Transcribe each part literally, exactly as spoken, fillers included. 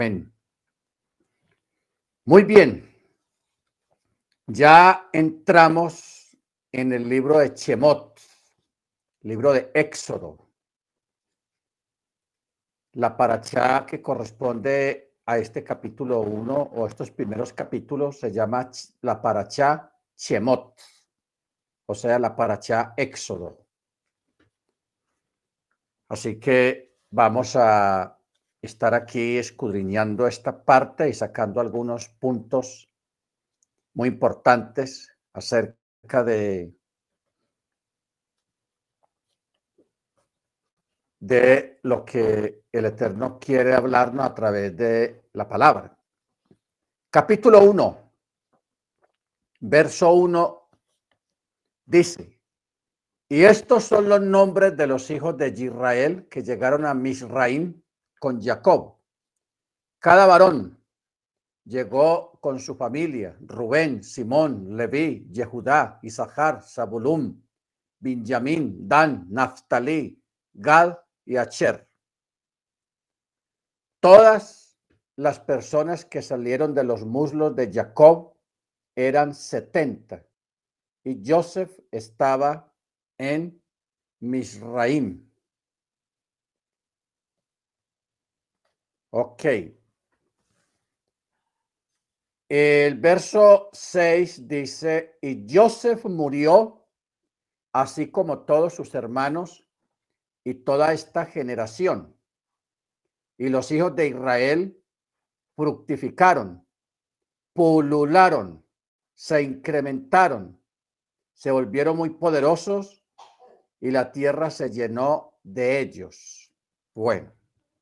Amén. Muy bien. Ya entramos en el libro de Shemot, libro de Éxodo. La parashá que corresponde a este capítulo uno o estos primeros capítulos se llama la parashá Shemot, o sea, la parashá Éxodo. Así que vamos a estar aquí escudriñando esta parte y sacando algunos puntos muy importantes acerca de, de lo que el Eterno quiere hablarnos a través de la palabra. Capítulo uno, verso uno, dice: y estos son los nombres de los hijos de Israel que llegaron a Misraim con Jacob. Cada varón llegó con su familia: Rubén, Simón, Leví, Yehudá, Isachar, Zabulón, Benjamín, Dan, Naftalí, Gad y Acher. Todas las personas que salieron de los muslos de Jacob eran setenta, y Joseph estaba en Misraim. Ok. El verso seis dice: y Joseph murió, así como todos sus hermanos y toda esta generación. Y los hijos de Israel fructificaron, pulularon, se incrementaron, se volvieron muy poderosos, y la tierra se llenó de ellos. Bueno,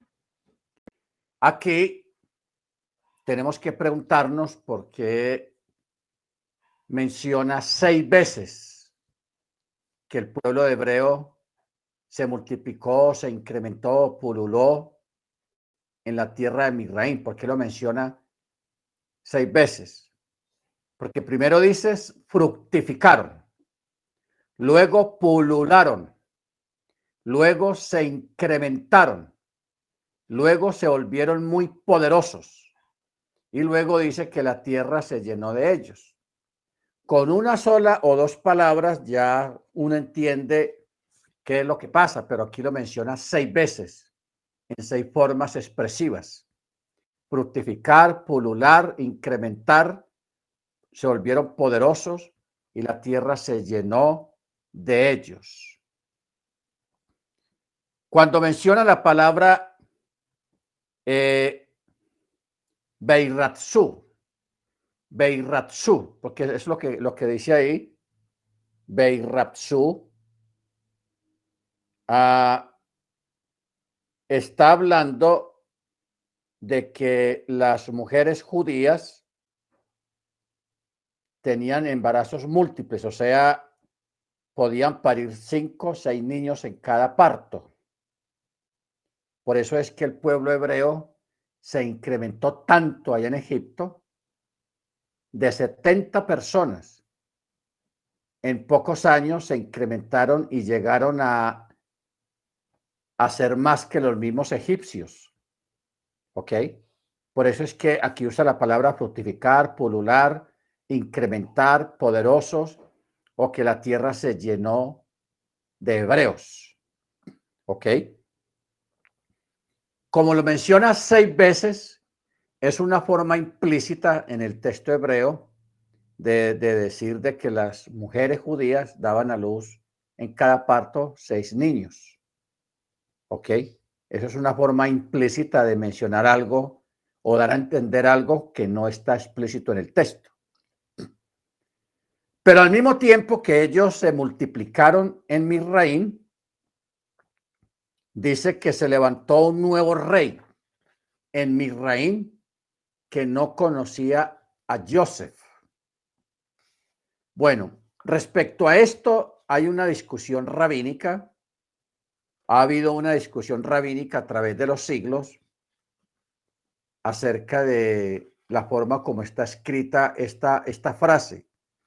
aquí tenemos que preguntarnos por qué menciona seis veces que el pueblo hebreo se multiplicó, se incrementó, pululó en la tierra de Misraim. ¿Por qué lo menciona seis veces? Porque primero dices fructificaron, luego pulularon, luego se incrementaron, luego se volvieron muy poderosos, y luego dice que la tierra se llenó de ellos. Con una sola o dos palabras ya uno entiende qué es lo que pasa, pero aquí lo menciona seis veces, en seis formas expresivas: fructificar, pulular, incrementar, se volvieron poderosos, y la tierra se llenó de ellos. Cuando menciona la palabra eh, Beiratzu, Beiratzu, porque es lo que, lo que dice ahí, Beiratzu, uh, está hablando de que las mujeres judías tenían embarazos múltiples, o sea, podían parir cinco o seis niños en cada parto. Por eso es que el pueblo hebreo se incrementó tanto allá en Egipto, de setenta personas. En pocos años se incrementaron y llegaron a, a ser más que los mismos egipcios. ¿Ok? Por eso es que aquí usa la palabra fructificar, pulular, incrementar, poderosos, o que la tierra se llenó de hebreos. ¿Ok? Como lo menciona seis veces, es una forma implícita en el texto hebreo de, de decir de que las mujeres judías daban a luz en cada parto seis niños. ¿Ok? Eso es una forma implícita de mencionar algo o dar a entender algo que no está explícito en el texto. Pero al mismo tiempo que ellos se multiplicaron en Misraim, dice que se levantó un nuevo rey en Misraim que no conocía a Joseph. Bueno, respecto a esto hay una discusión rabínica. Ha habido una discusión rabínica a través de los siglos acerca de la forma como está escrita esta, esta frase.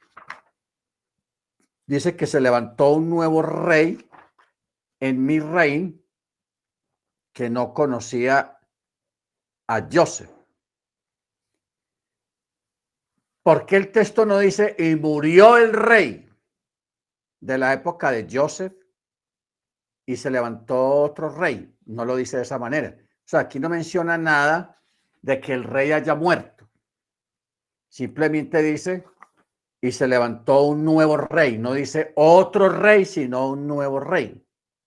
Dice que se levantó un nuevo rey en Misraim que no conocía a Joseph. ¿Por qué el texto no dice y murió el rey de la época de Joseph y se levantó otro rey? No lo dice de esa manera. O sea, aquí no menciona nada de que el rey haya muerto. Simplemente dice y se levantó un nuevo rey. No dice otro rey, sino un nuevo rey.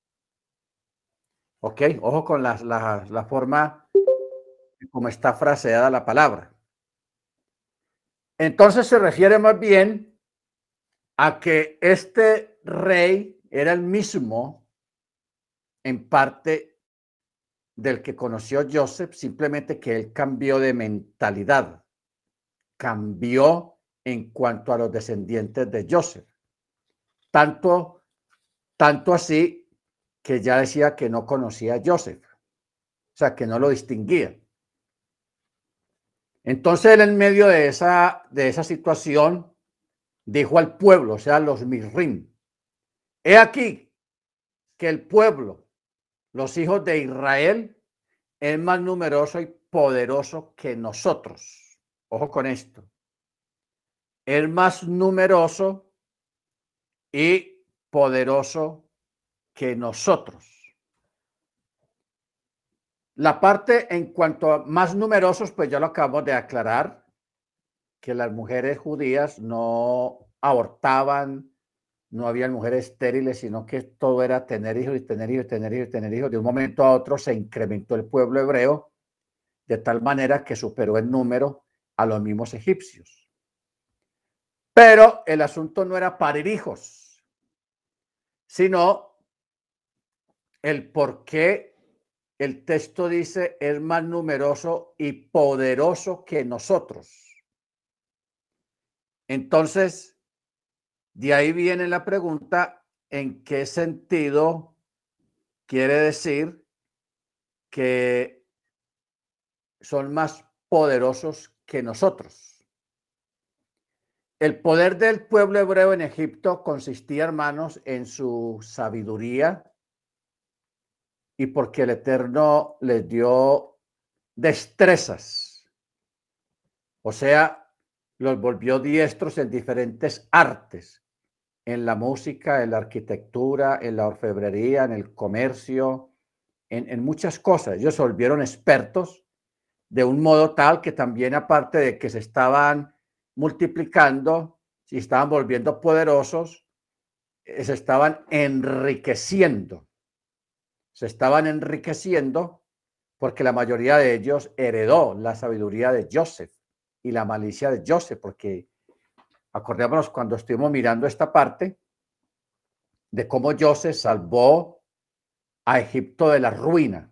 ¿Ok? Ojo con la, la, la forma como está fraseada la palabra. Entonces se refiere más bien a que este rey era el mismo en parte del que conoció Joseph, simplemente que él cambió de mentalidad, cambió en cuanto a los descendientes de Joseph. Tanto, tanto así que ya decía que no conocía a Joseph, o sea, que no lo distinguía. Entonces él en medio de esa, de esa situación dijo al pueblo, o sea, los Mirrim, he aquí que el pueblo, los hijos de Israel, es más numeroso y poderoso que nosotros. Ojo con esto. Es más numeroso y poderoso que nosotros. La parte en cuanto a más numerosos, pues ya lo acabamos de aclarar, que las mujeres judías no abortaban, no había mujeres estériles, sino que todo era tener hijos y tener hijos y tener hijos y tener hijos. De un momento a otro se incrementó el pueblo hebreo de tal manera que superó en número a los mismos egipcios. Pero el asunto no era parir hijos, sino el por qué el texto dice es más numeroso y poderoso que nosotros. Entonces, de ahí viene la pregunta, ¿en qué sentido quiere decir que son más poderosos que nosotros? El poder del pueblo hebreo en Egipto consistía, hermanos, en su sabiduría y porque el Eterno les dio destrezas. O sea, los volvió diestros en diferentes artes, en la música, en la arquitectura, en la orfebrería, en el comercio, en, en muchas cosas. Ellos se volvieron expertos de un modo tal que también, aparte de que se estaban multiplicando, se estaban volviendo poderosos, se estaban enriqueciendo. Se estaban enriqueciendo porque la mayoría de ellos heredó la sabiduría de Joseph y la malicia de Joseph, porque acordémonos cuando estuvimos mirando esta parte de cómo Joseph salvó a Egipto de la ruina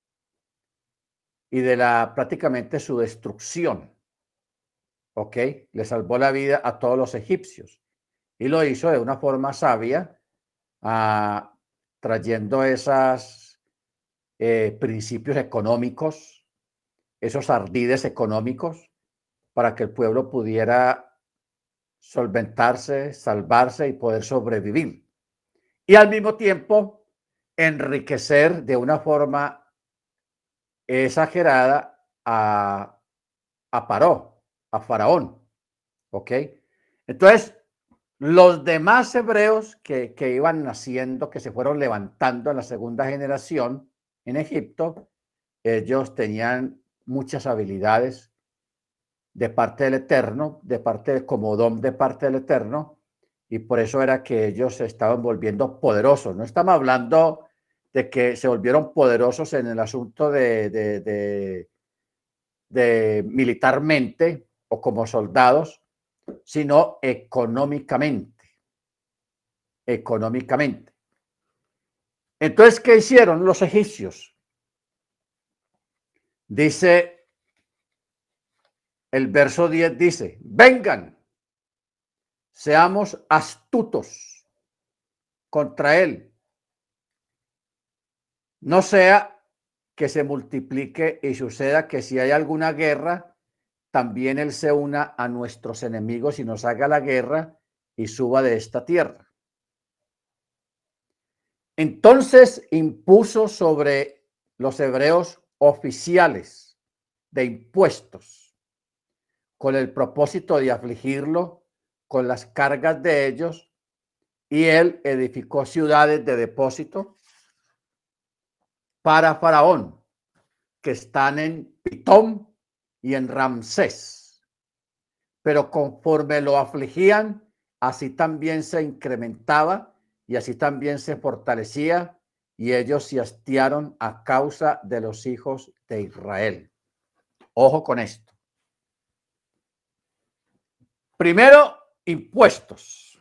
y de la prácticamente su destrucción. ¿Ok? Le salvó la vida a todos los egipcios y lo hizo de una forma sabia, ah, trayendo esos eh, principios económicos, esos ardides económicos, para que el pueblo pudiera solventarse, salvarse y poder sobrevivir. Y al mismo tiempo enriquecer de una forma exagerada a, a Paró, a Faraón. ¿Ok? Entonces, los demás hebreos que, que iban naciendo, que se fueron levantando en la segunda generación en Egipto, ellos tenían muchas habilidades de parte del Eterno, de parte de Comodón, de parte del Eterno, y por eso era que ellos se estaban volviendo poderosos. No estamos hablando de que se volvieron poderosos en el asunto de, de, de, de militarmente o como soldados, sino económicamente. Económicamente. Entonces, ¿qué hicieron los egipcios? Dice, el verso diez dice, vengan, seamos astutos contra él, no sea que se multiplique y suceda que si hay alguna guerra, también él se una a nuestros enemigos y nos haga la guerra y suba de esta tierra. Entonces impuso sobre los hebreos oficiales de impuestos, con el propósito de afligirlo con las cargas de ellos, y él edificó ciudades de depósito para Faraón, que están en Pitón y en Ramsés. Pero conforme lo afligían, así también se incrementaba y así también se fortalecía, y ellos se hastiaron a causa de los hijos de Israel. Ojo con esto. Primero, impuestos.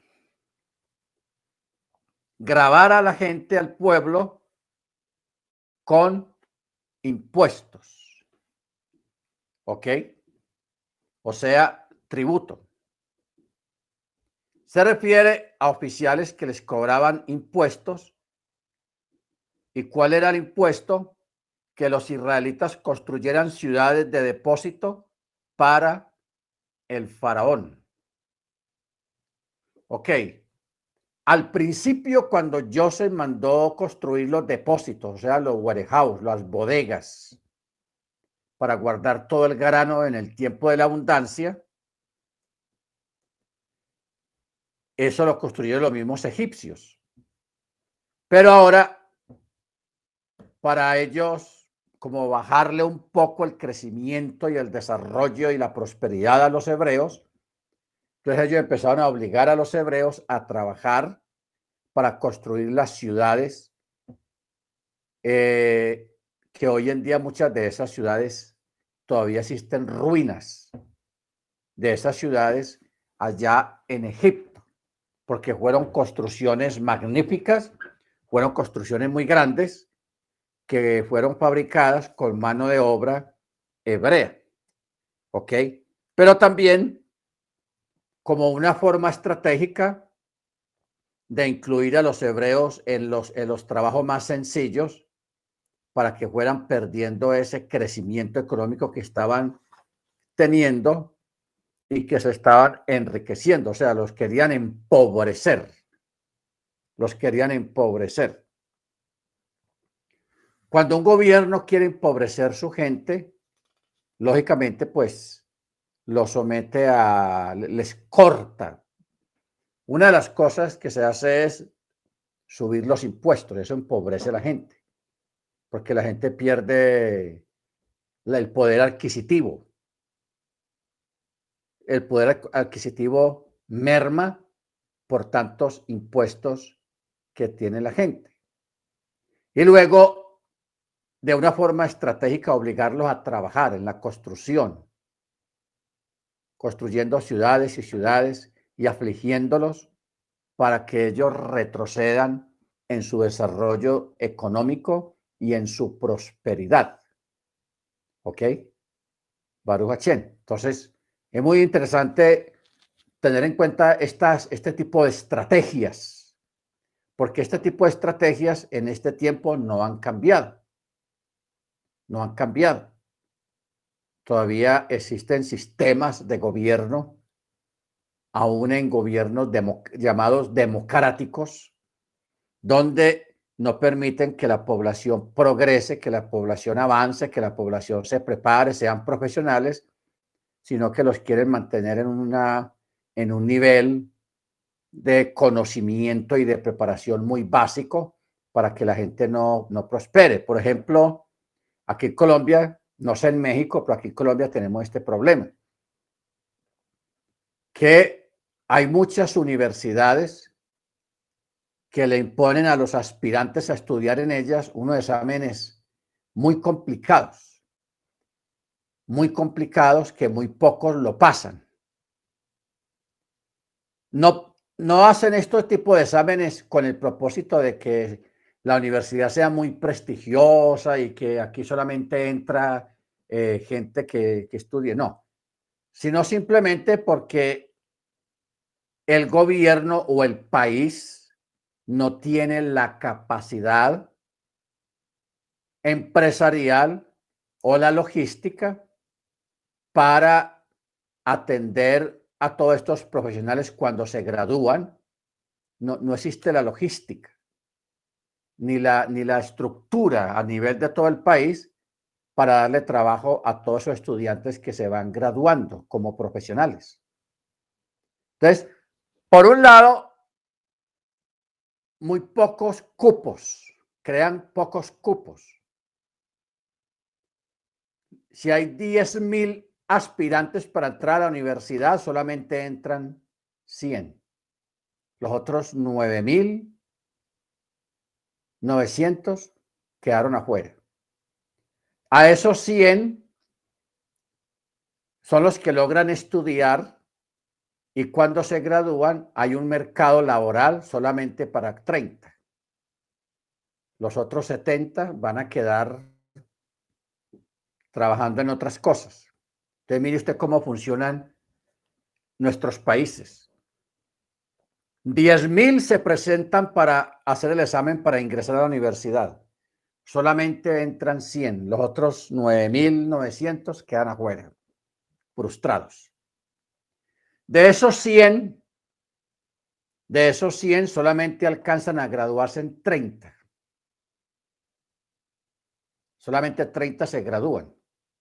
Grabar a la gente, al pueblo, con impuestos. ¿Ok? O sea, tributo. Se refiere a oficiales que les cobraban impuestos. ¿Y cuál era el impuesto? Que los israelitas construyeran ciudades de depósito para el faraón. Ok. Al principio, cuando Joseph mandó construir los depósitos, o sea, los warehouse, las bodegas, para guardar todo el grano en el tiempo de la abundancia, eso lo construyeron los mismos egipcios. Pero ahora, para ellos, como bajarle un poco el crecimiento y el desarrollo y la prosperidad a los hebreos, entonces ellos empezaron a obligar a los hebreos a trabajar para construir las ciudades, eh, que hoy en día muchas de esas ciudades todavía existen ruinas de esas ciudades allá en Egipto, porque fueron construcciones magníficas, fueron construcciones muy grandes que fueron fabricadas con mano de obra hebrea, ¿ok? Pero también como una forma estratégica de incluir a los hebreos en los, en los trabajos más sencillos para que fueran perdiendo ese crecimiento económico que estaban teniendo y que se estaban enriqueciendo. O sea, los querían empobrecer. Los querían empobrecer. Cuando un gobierno quiere empobrecer su gente, lógicamente, pues, lo somete a, les corta. Una de las cosas que se hace es subir los impuestos. Eso empobrece a la gente, porque la gente pierde el poder adquisitivo. El poder adquisitivo merma por tantos impuestos que tiene la gente. Y luego, de una forma estratégica, obligarlos a trabajar en la construcción, construyendo ciudades y ciudades y afligiéndolos para que ellos retrocedan en su desarrollo económico y en su prosperidad. ¿Ok? Baruch Hachén. Entonces, es muy interesante tener en cuenta estas, este tipo de estrategias, porque este tipo de estrategias en este tiempo no han cambiado. No han cambiado. Todavía existen sistemas de gobierno, aún en gobiernos demo, llamados democráticos, donde no permiten que la población progrese, que la población avance, que la población se prepare, sean profesionales, sino que los quieren mantener en, una, en un nivel de conocimiento y de preparación muy básico para que la gente no, no prospere. Por ejemplo, aquí en Colombia, no sé en México, pero aquí en Colombia tenemos este problema, que hay muchas universidades que le imponen a los aspirantes a estudiar en ellas unos exámenes muy complicados, muy complicados que muy pocos lo pasan. No, no hacen este tipo de exámenes con el propósito de que la universidad sea muy prestigiosa y que aquí solamente entra eh, gente que, que estudie, no, sino simplemente porque el gobierno o el país no tiene la capacidad empresarial o la logística para atender a todos estos profesionales cuando se gradúan. No, no existe la logística ni la, ni la estructura a nivel de todo el país para darle trabajo a todos esos estudiantes que se van graduando como profesionales. Entonces, por un lado, muy pocos cupos, crean pocos cupos. Si hay diez mil aspirantes para entrar a la universidad, solamente entran cien. Los otros nueve mil novecientos quedaron afuera. A esos cien son los que logran estudiar y cuando se gradúan hay un mercado laboral solamente para treinta. Los otros setenta van a quedar trabajando en otras cosas. Entonces, mire usted cómo funcionan nuestros países. diez mil se presentan para hacer el examen para ingresar a la universidad. Solamente entran cien. Los otros nueve mil novecientos quedan afuera, frustrados. De esos cien, de esos cien solamente alcanzan a graduarse en treinta. Solamente treinta se gradúan.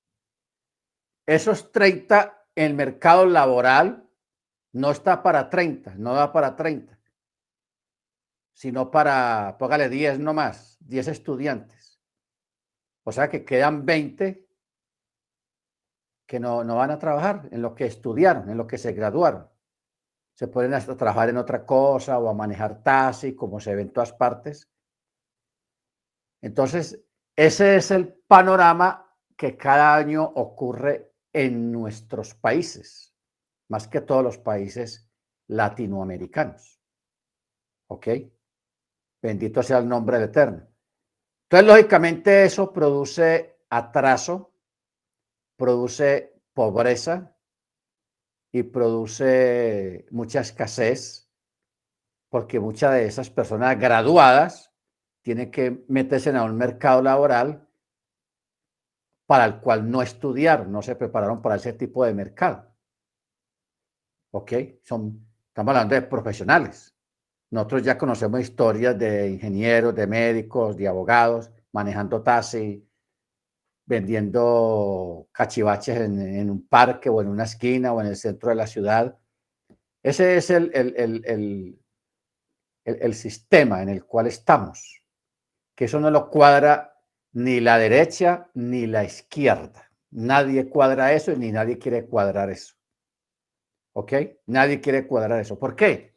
Esos treinta, el mercado laboral no está para treinta, no da para treinta, sino para, póngale diez nomás, diez estudiantes. O sea que quedan veinte que no, no van a trabajar en lo que estudiaron, en lo que se graduaron. Se pueden hasta trabajar en otra cosa o a manejar taxi, como se ve en todas partes. Entonces, ese es el panorama que cada año ocurre en nuestros países, más que todos los países latinoamericanos. ¿Ok? Bendito sea el nombre del Eterno. Entonces, lógicamente, eso produce atraso, produce pobreza y produce mucha escasez, porque muchas de esas personas graduadas tienen que meterse en un mercado laboral para el cual no estudiaron, no se prepararon para ese tipo de mercado. ¿Ok? Son, estamos hablando de profesionales. Nosotros ya conocemos historias de ingenieros, de médicos, de abogados, manejando taxi, vendiendo cachivaches en, en un parque o en una esquina o en el centro de la ciudad. Ese es el, el, el, el, el, el sistema en el cual estamos, que eso no lo cuadra ni la derecha ni la izquierda. Nadie cuadra eso y ni nadie quiere cuadrar eso. ¿Ok? Nadie quiere cuadrar eso. ¿Por qué?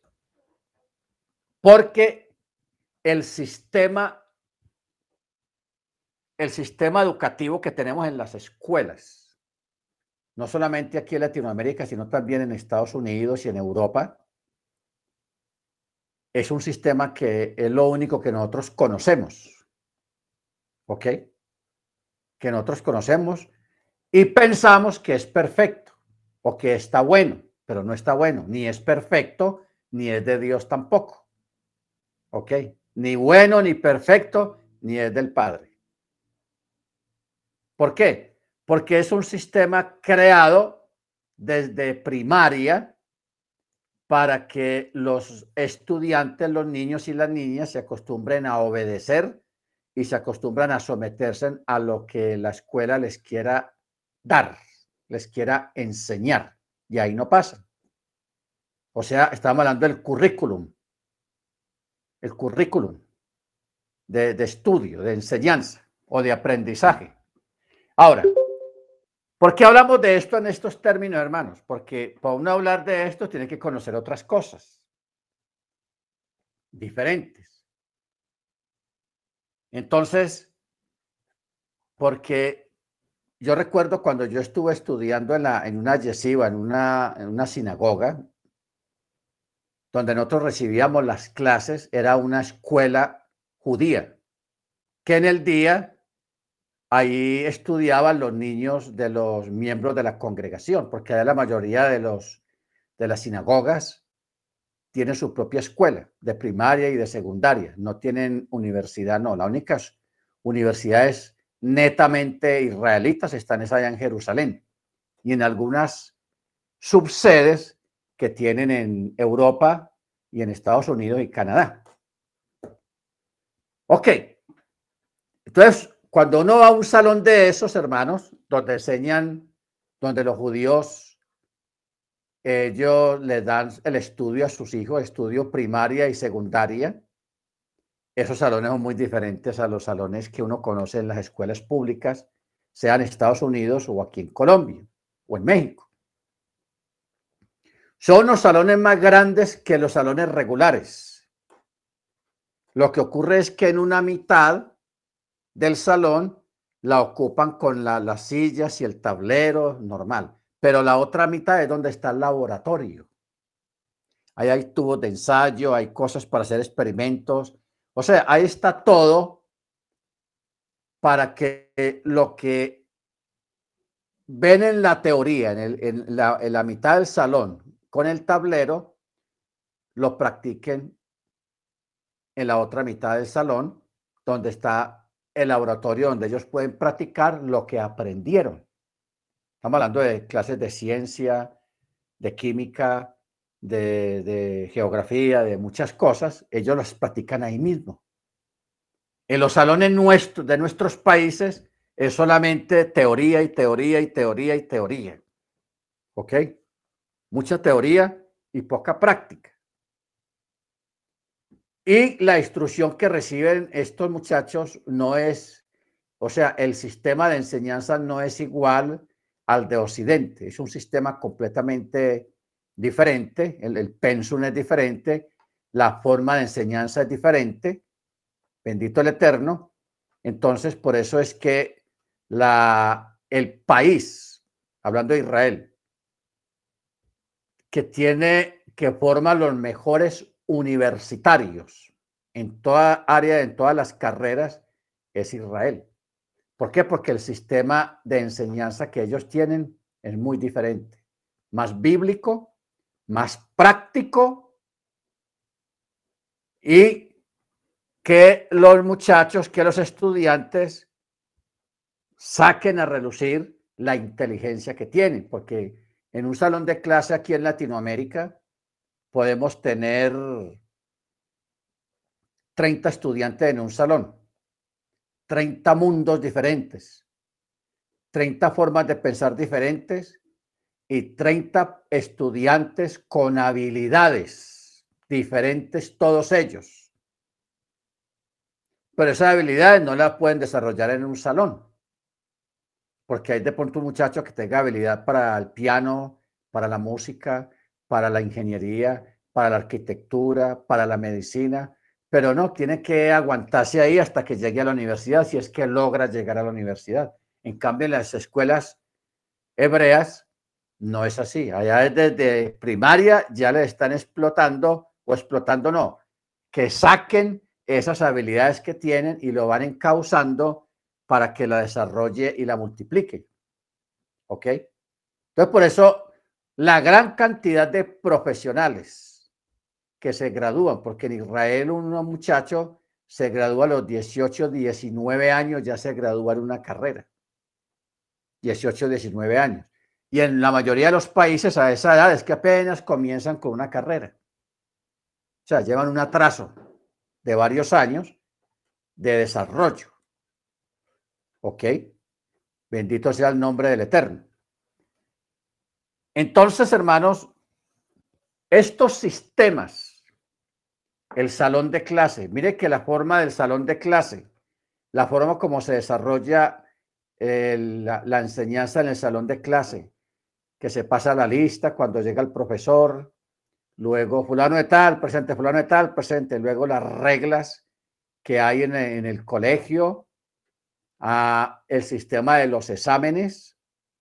Porque el sistema, el sistema educativo que tenemos en las escuelas, no solamente aquí en Latinoamérica, sino también en Estados Unidos y en Europa, es un sistema que es lo único que nosotros conocemos. ¿Ok? Que nosotros conocemos y pensamos que es perfecto o que está bueno, pero no está bueno, ni es perfecto, ni es de Dios tampoco. ¿Ok? Ni bueno, ni perfecto, ni es del Padre. ¿Por qué? Porque es un sistema creado desde primaria para que los estudiantes, los niños y las niñas se acostumbren a obedecer y se acostumbran a someterse a lo que la escuela les quiera dar, les quiera enseñar. Y ahí no pasa. O sea, estamos hablando del currículum, el currículum de, de estudio, de enseñanza o de aprendizaje. Ahora, ¿por qué hablamos de esto en estos términos, hermanos? Porque para uno hablar de esto tiene que conocer otras cosas diferentes. Entonces, porque yo recuerdo cuando yo estuve estudiando en, la, en una yeshiva, en una, en una sinagoga, donde nosotros recibíamos las clases, era una escuela judía, que en el día ahí estudiaban los niños de los miembros de la congregación, porque la mayoría de, los, de las sinagogas tienen su propia escuela de primaria y de secundaria, no tienen universidad, no, las únicas universidades netamente israelitas están allá en Jerusalén y en algunas subsedes que tienen en Europa y en Estados Unidos y Canadá. Ok, entonces cuando uno va a un salón de esos, hermanos, donde enseñan, donde los judíos, ellos les dan el estudio a sus hijos, estudio primaria y secundaria, esos salones son muy diferentes a los salones que uno conoce en las escuelas públicas, sea en Estados Unidos o aquí en Colombia o en México. Son los salones más grandes que los salones regulares. Lo que ocurre es que en una mitad del salón la ocupan con la, las sillas y el tablero normal, pero la otra mitad es donde está el laboratorio. Ahí hay tubos de ensayo, hay cosas para hacer experimentos. O sea, ahí está todo para que lo que ven en la teoría, en, el, en, la, en la mitad del salón, con el tablero, lo practiquen en la otra mitad del salón, donde está el laboratorio, donde ellos pueden practicar lo que aprendieron. Estamos hablando de clases de ciencia, de química, de, de geografía, de muchas cosas. Ellos las practican ahí mismo. En los salones nuestros, de nuestros países, es solamente teoría y teoría y teoría y teoría. ¿Ok? Mucha teoría y poca práctica. Y la instrucción que reciben estos muchachos no es, o sea, el sistema de enseñanza no es igual al de Occidente. Es un sistema completamente diferente. El, el pensum es diferente. La forma de enseñanza es diferente. Bendito el Eterno. Entonces, por eso es que la, el país, hablando de Israel, que tiene, que forma los mejores universitarios en toda área, en todas las carreras, es Israel. ¿Por qué? Porque el sistema de enseñanza que ellos tienen es muy diferente, más bíblico, más práctico, y que los muchachos, que los estudiantes saquen a relucir la inteligencia que tienen, porque en un salón de clase aquí en Latinoamérica podemos tener treinta estudiantes en un salón, treinta mundos diferentes, treinta formas de pensar diferentes y treinta estudiantes con habilidades diferentes, todos ellos. Pero esas habilidades no las pueden desarrollar en un salón, porque hay de pronto un muchacho que tenga habilidad para el piano, para la música, para la ingeniería, para la arquitectura, para la medicina, pero no, tiene que aguantarse ahí hasta que llegue a la universidad, si es que logra llegar a la universidad. En cambio, en las escuelas hebreas no es así. Allá desde primaria ya le están explotando, o explotando no, que saquen esas habilidades que tienen y lo van encauzando para que la desarrolle y la multiplique. ¿Ok? Entonces, por eso, la gran cantidad de profesionales que se gradúan, porque en Israel un muchacho se gradúa a los dieciocho, diecinueve años, ya se gradúa en una carrera. dieciocho, diecinueve años. Y en la mayoría de los países a esa edad es que apenas comienzan con una carrera. O sea, llevan un atraso de varios años de desarrollo. ¿Ok? Bendito sea el nombre del Eterno. Entonces, hermanos, estos sistemas, el salón de clase, mire que la forma del salón de clase, la forma como se desarrolla eh, la, la enseñanza en el salón de clase, que se pasa la lista cuando llega el profesor, luego fulano de tal, presente, fulano de tal, presente, luego las reglas que hay en, en el colegio, a el sistema de los exámenes,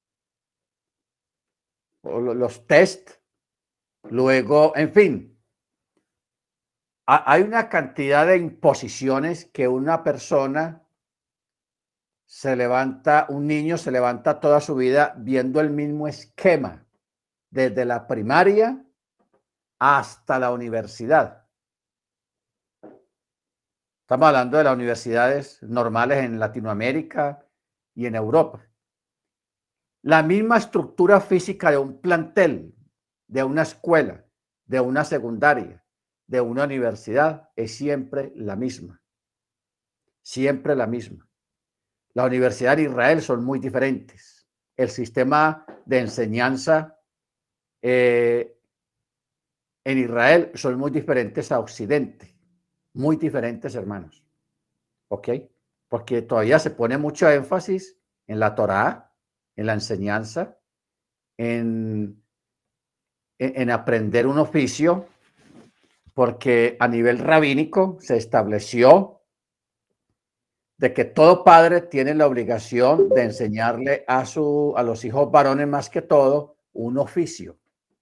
o los test, luego, en fin, hay una cantidad de imposiciones que una persona se levanta, un niño se levanta toda su vida viendo el mismo esquema, desde la primaria hasta la universidad. Estamos hablando de las universidades normales en Latinoamérica y en Europa. La misma estructura física de un plantel, de una escuela, de una secundaria, de una universidad, es siempre la misma. Siempre la misma. la universidad de Israel son muy diferentes. El sistema de enseñanza eh, en Israel son muy diferentes a Occidente. Muy diferentes, hermanos. ¿Ok? Porque todavía se pone mucho énfasis en la Torá, en la enseñanza, en, en, en aprender un oficio, porque a nivel rabínico se estableció de que todo padre tiene la obligación de enseñarle a, su, a los hijos varones más que todo un oficio.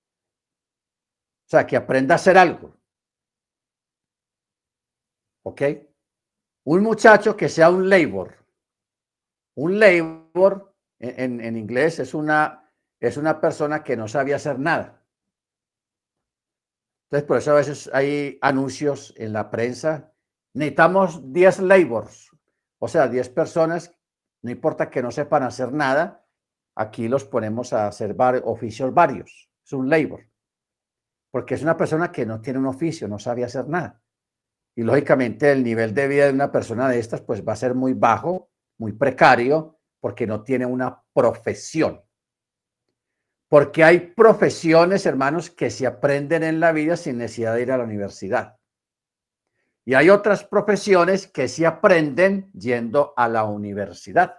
O sea, que aprenda a hacer algo. ¿Ok? Un muchacho que sea un labor. Un labor en, en inglés es una, es una persona que no sabía hacer nada. Entonces, por eso a veces hay anuncios en la prensa. Necesitamos diez labors, o sea, diez personas, no importa que no sepan hacer nada, aquí los ponemos a hacer var, oficios varios. Es un labor, porque es una persona que no tiene un oficio, no sabe hacer nada. Y lógicamente el nivel de vida de una persona de estas pues va a ser muy bajo, muy precario, porque no tiene una profesión. Porque hay profesiones, hermanos, que se aprenden en la vida sin necesidad de ir a la universidad. Y hay otras profesiones que se aprenden yendo a la universidad.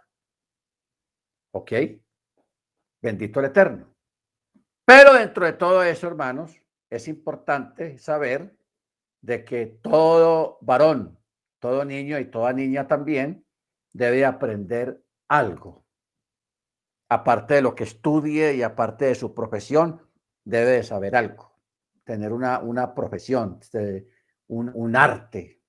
¿Ok? Bendito el Eterno. Pero dentro de todo eso, hermanos, es importante saber de que todo varón, todo niño y toda niña también debe aprender algo. Aparte de lo que estudie y aparte de su profesión, debe de saber algo. Tener una, una profesión, un, un arte.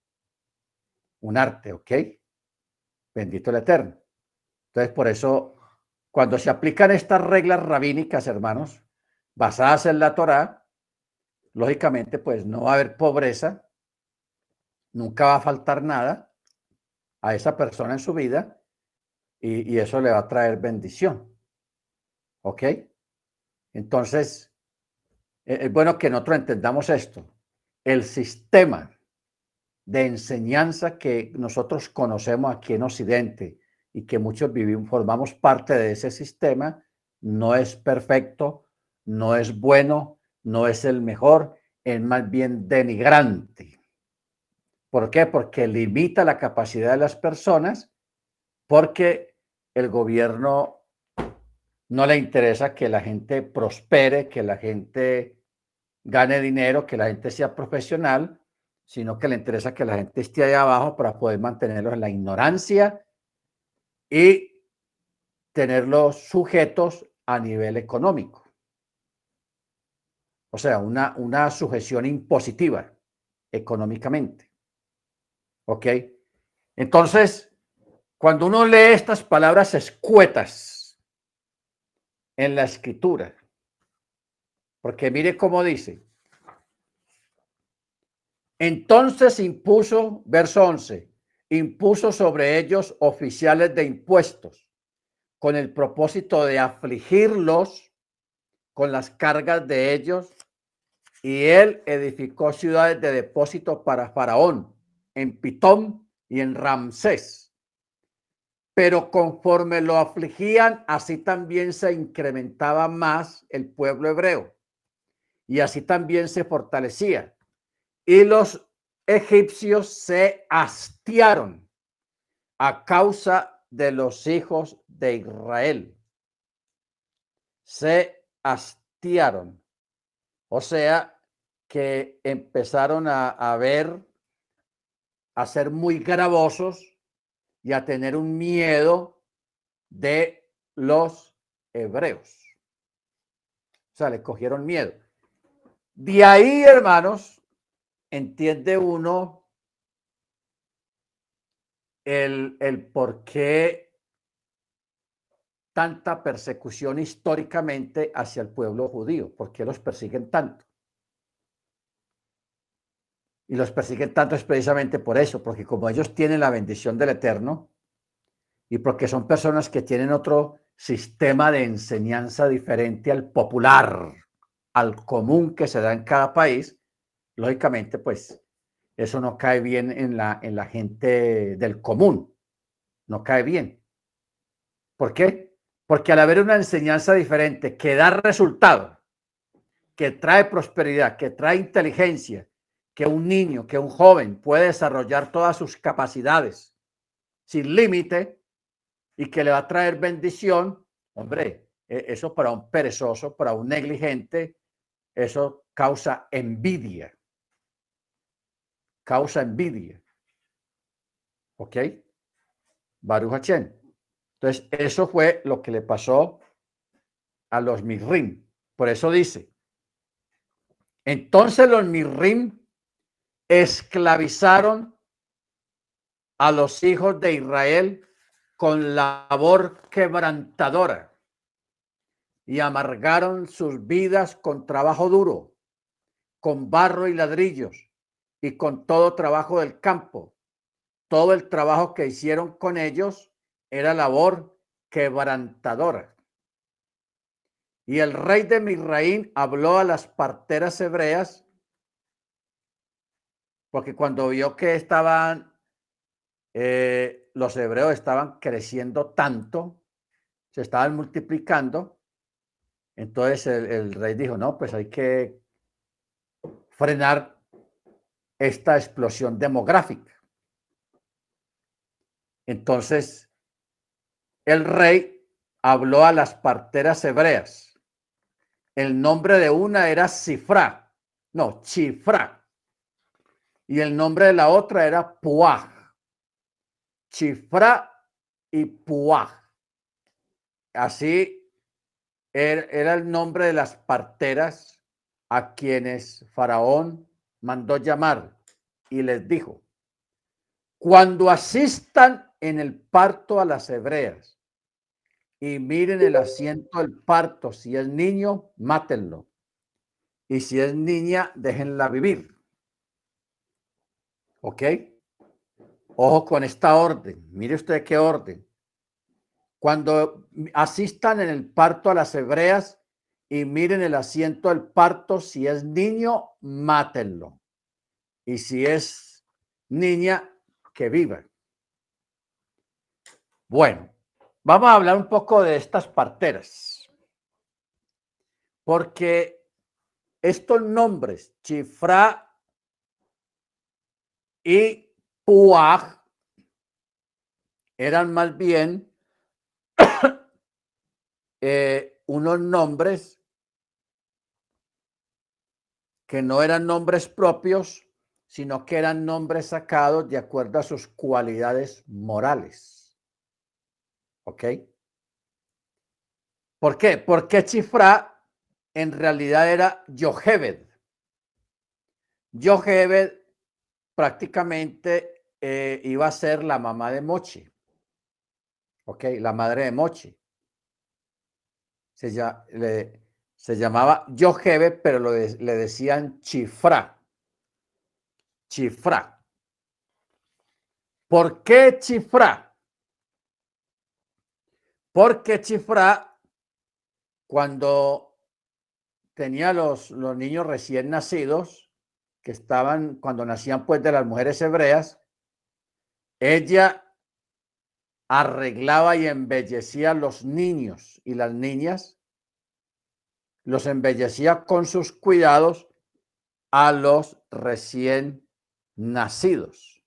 Un arte, ¿ok? Bendito el Eterno. Entonces, por eso, cuando se aplican estas reglas rabínicas, hermanos, basadas en la Torá, lógicamente, pues no va a haber pobreza, nunca va a faltar nada a esa persona en su vida y, y eso le va a traer bendición. ¿Ok? Entonces, es bueno que nosotros entendamos esto. El sistema de enseñanza que nosotros conocemos aquí en Occidente y que muchos vivimos, formamos parte de ese sistema, no es perfecto, no es bueno, no es el mejor, es más bien denigrante. ¿Por qué? Porque limita la capacidad de las personas, porque el gobierno no le interesa que la gente prospere, que la gente gane dinero, que la gente sea profesional, sino que le interesa que la gente esté ahí abajo para poder mantenerlos en la ignorancia y tenerlos sujetos a nivel económico. O sea, una, una sujeción impositiva económicamente. ¿Ok? Entonces, cuando uno lee estas palabras escuetas en la escritura, porque mire cómo dice, entonces impuso, verso once, impuso sobre ellos oficiales de impuestos con el propósito de afligirlos con las cargas de ellos, y él edificó ciudades de depósito para Faraón en Pitón y en Ramsés. Pero conforme lo afligían, así también se incrementaba más el pueblo hebreo y así también se fortalecía. Y los egipcios se hastiaron a causa de los hijos de Israel. Se hastiaron. O sea, que empezaron a, a ver, a ser muy gravosos y a tener un miedo de los hebreos. O sea, le cogieron miedo. De ahí, hermanos, entiende uno el, el por qué tanta persecución históricamente hacia el pueblo judío, por qué los persiguen tanto. Y los persiguen tanto es precisamente por eso, porque como ellos tienen la bendición del Eterno y porque son personas que tienen otro sistema de enseñanza diferente al popular, al común que se da en cada país, lógicamente, pues eso no cae bien en la, en la gente del común. no cae bien. ¿Por qué? Porque al haber una enseñanza diferente que da resultado, que trae prosperidad, que trae inteligencia, que un niño, que un joven puede desarrollar todas sus capacidades sin límite y que le va a traer bendición, hombre, eso para un perezoso, para un negligente, eso causa envidia. Causa envidia. ¿Ok? Baruch Hashem. Entonces, eso fue lo que le pasó a los Mirrim. Por eso dice, entonces los Mirrim esclavizaron a los hijos de Israel con labor quebrantadora y amargaron sus vidas con trabajo duro, con barro y ladrillos y con todo trabajo del campo. Todo el trabajo que hicieron con ellos era labor quebrantadora. Y el rey de Misraín habló a las parteras hebreas, porque cuando vio que estaban, eh, los hebreos estaban creciendo tanto, se estaban multiplicando, entonces el, el rey dijo, no, pues hay que frenar esta explosión demográfica. Entonces, el rey habló a las parteras hebreas. El nombre de una era Cifra, no, Chifra. Y el nombre de la otra era Puaj. Chifra y Puaj. Así era el nombre de las parteras a quienes Faraón mandó llamar y les dijo, cuando asistan en el parto a las hebreas y miren el asiento del parto, si es niño, mátenlo. Y si es niña, déjenla vivir. ¿Ok? Ojo con esta orden. Mire usted qué orden. Cuando asistan en el parto a las hebreas y miren el asiento del parto, si es niño, mátenlo. Y si es niña, que viva. Bueno, vamos a hablar un poco de estas parteras. Porque estos nombres, Chifra y Puaj, eran más bien eh, unos nombres que no eran nombres propios, sino que eran nombres sacados de acuerdo a sus cualidades morales. ¿Ok? ¿Por qué? Porque Chifra en realidad era Yochebed. Yochebed prácticamente eh, iba a ser la mamá de Moche. ¿Ok? La madre de Moche. Se, ya, le, se llamaba Yochebed, pero lo de, le decían Chifra. Chifra. ¿Por qué Chifra? Porque Chifra, cuando tenía los, los niños recién nacidos, que estaban, cuando nacían pues de las mujeres hebreas, ella arreglaba y embellecía a los niños y las niñas, los embellecía con sus cuidados a los recién nacidos.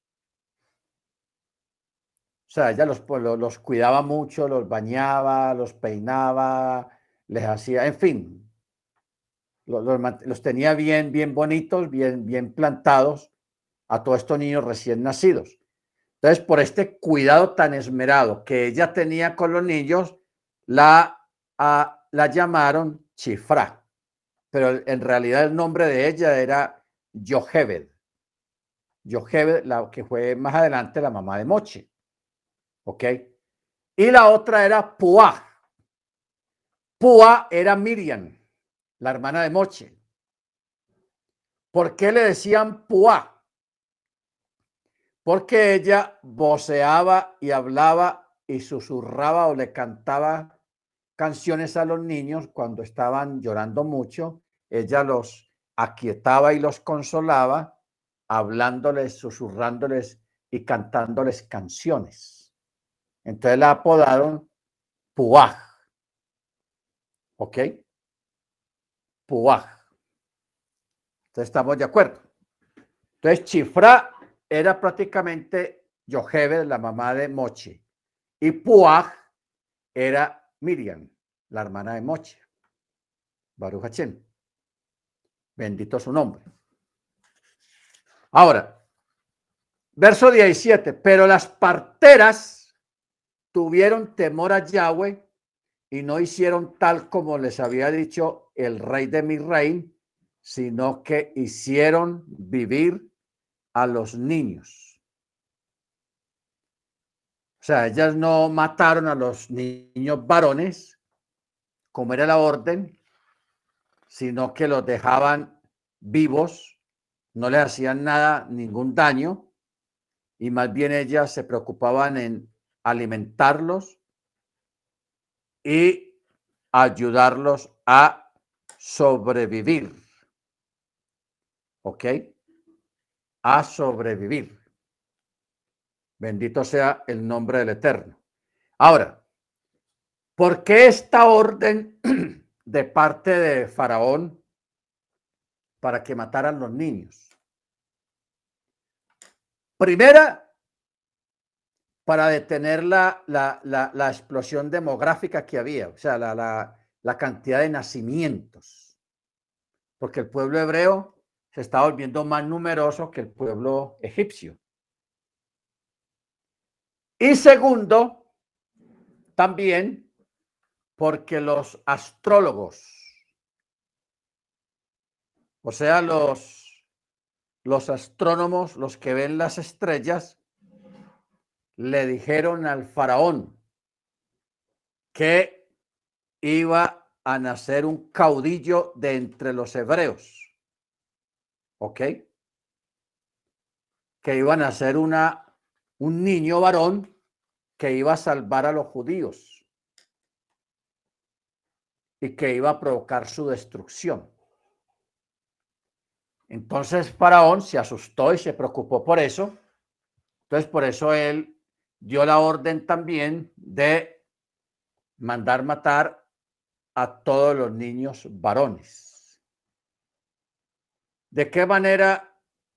O sea, ella los, los, los cuidaba mucho, los bañaba, los peinaba, les hacía, en fin, los, los, los tenía bien, bien bonitos, bien, bien plantados a todos estos niños recién nacidos. Entonces, por este cuidado tan esmerado que ella tenía con los niños, la, a, la llamaron Chifra, pero en realidad el nombre de ella era Yochebed. Yochebed, la que fue más adelante la mamá de Moche. ¿Ok? Y la otra era Puah. Puah era Miriam, la hermana de Moche. ¿Por qué le decían Puah? Porque ella voceaba y hablaba y susurraba o le cantaba canciones a los niños cuando estaban llorando mucho. Ella los aquietaba y los consolaba, hablándoles, susurrándoles y cantándoles canciones. Entonces la apodaron Puaj. ¿Ok? Puaj. Entonces estamos de acuerdo. Entonces Chifra era prácticamente Yochebed, la mamá de Moche. Y Puaj era Miriam, la hermana de Moche. Baruch Hashem. Bendito su nombre. Ahora, verso diecisiete. Pero las parteras tuvieron temor a Yahweh y no hicieron tal como les había dicho el rey de Misraim, sino que hicieron vivir a los niños. O sea, ellas no mataron a los niños varones, como era la orden, sino que los dejaban vivos, no les hacían nada, ningún daño, y más bien ellas se preocupaban en alimentarlos y ayudarlos a sobrevivir. ¿Ok? A sobrevivir. Bendito sea el nombre del Eterno. Ahora, ¿por qué esta orden de parte de Faraón para que mataran los niños? Primera, para detener la, la, la, la explosión demográfica que había, o sea, la, la, la cantidad de nacimientos, porque el pueblo hebreo se está volviendo más numeroso que el pueblo egipcio. Y segundo, también porque los astrólogos, o sea, los, los astrónomos, los que ven las estrellas, le dijeron al faraón que iba a nacer un caudillo de entre los hebreos, ¿ok? Que iba a nacer una, un niño varón que iba a salvar a los judíos y que iba a provocar su destrucción. Entonces Faraón se asustó y se preocupó por eso. Entonces por eso él dio la orden también de mandar matar a todos los niños varones. ¿De qué manera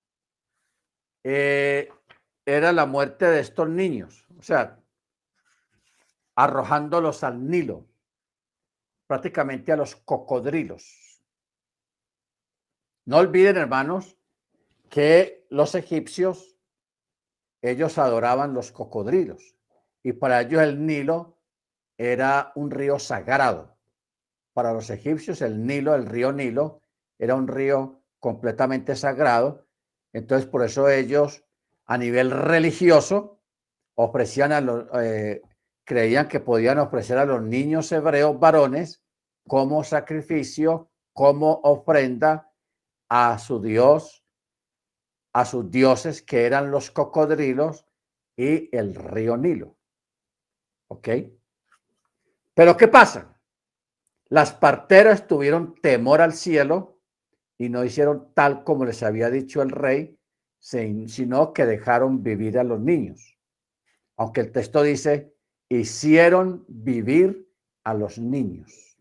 eh, era la muerte de estos niños? O sea, arrojándolos al Nilo, prácticamente a los cocodrilos. No olviden, hermanos, que los egipcios, ellos adoraban los cocodrilos y para ellos el Nilo era un río sagrado. Para los egipcios el Nilo, el río Nilo, era un río completamente sagrado. Entonces por eso ellos a nivel religioso ofrecían a los, eh, creían que podían ofrecer a los niños hebreos varones como sacrificio, como ofrenda a su Dios, a sus dioses que eran los cocodrilos y el río Nilo. ¿Ok? Pero ¿qué pasa? Las parteras tuvieron temor al cielo y no hicieron tal como les había dicho el rey, sino que dejaron vivir a los niños. Aunque el texto dice, hicieron vivir a los niños.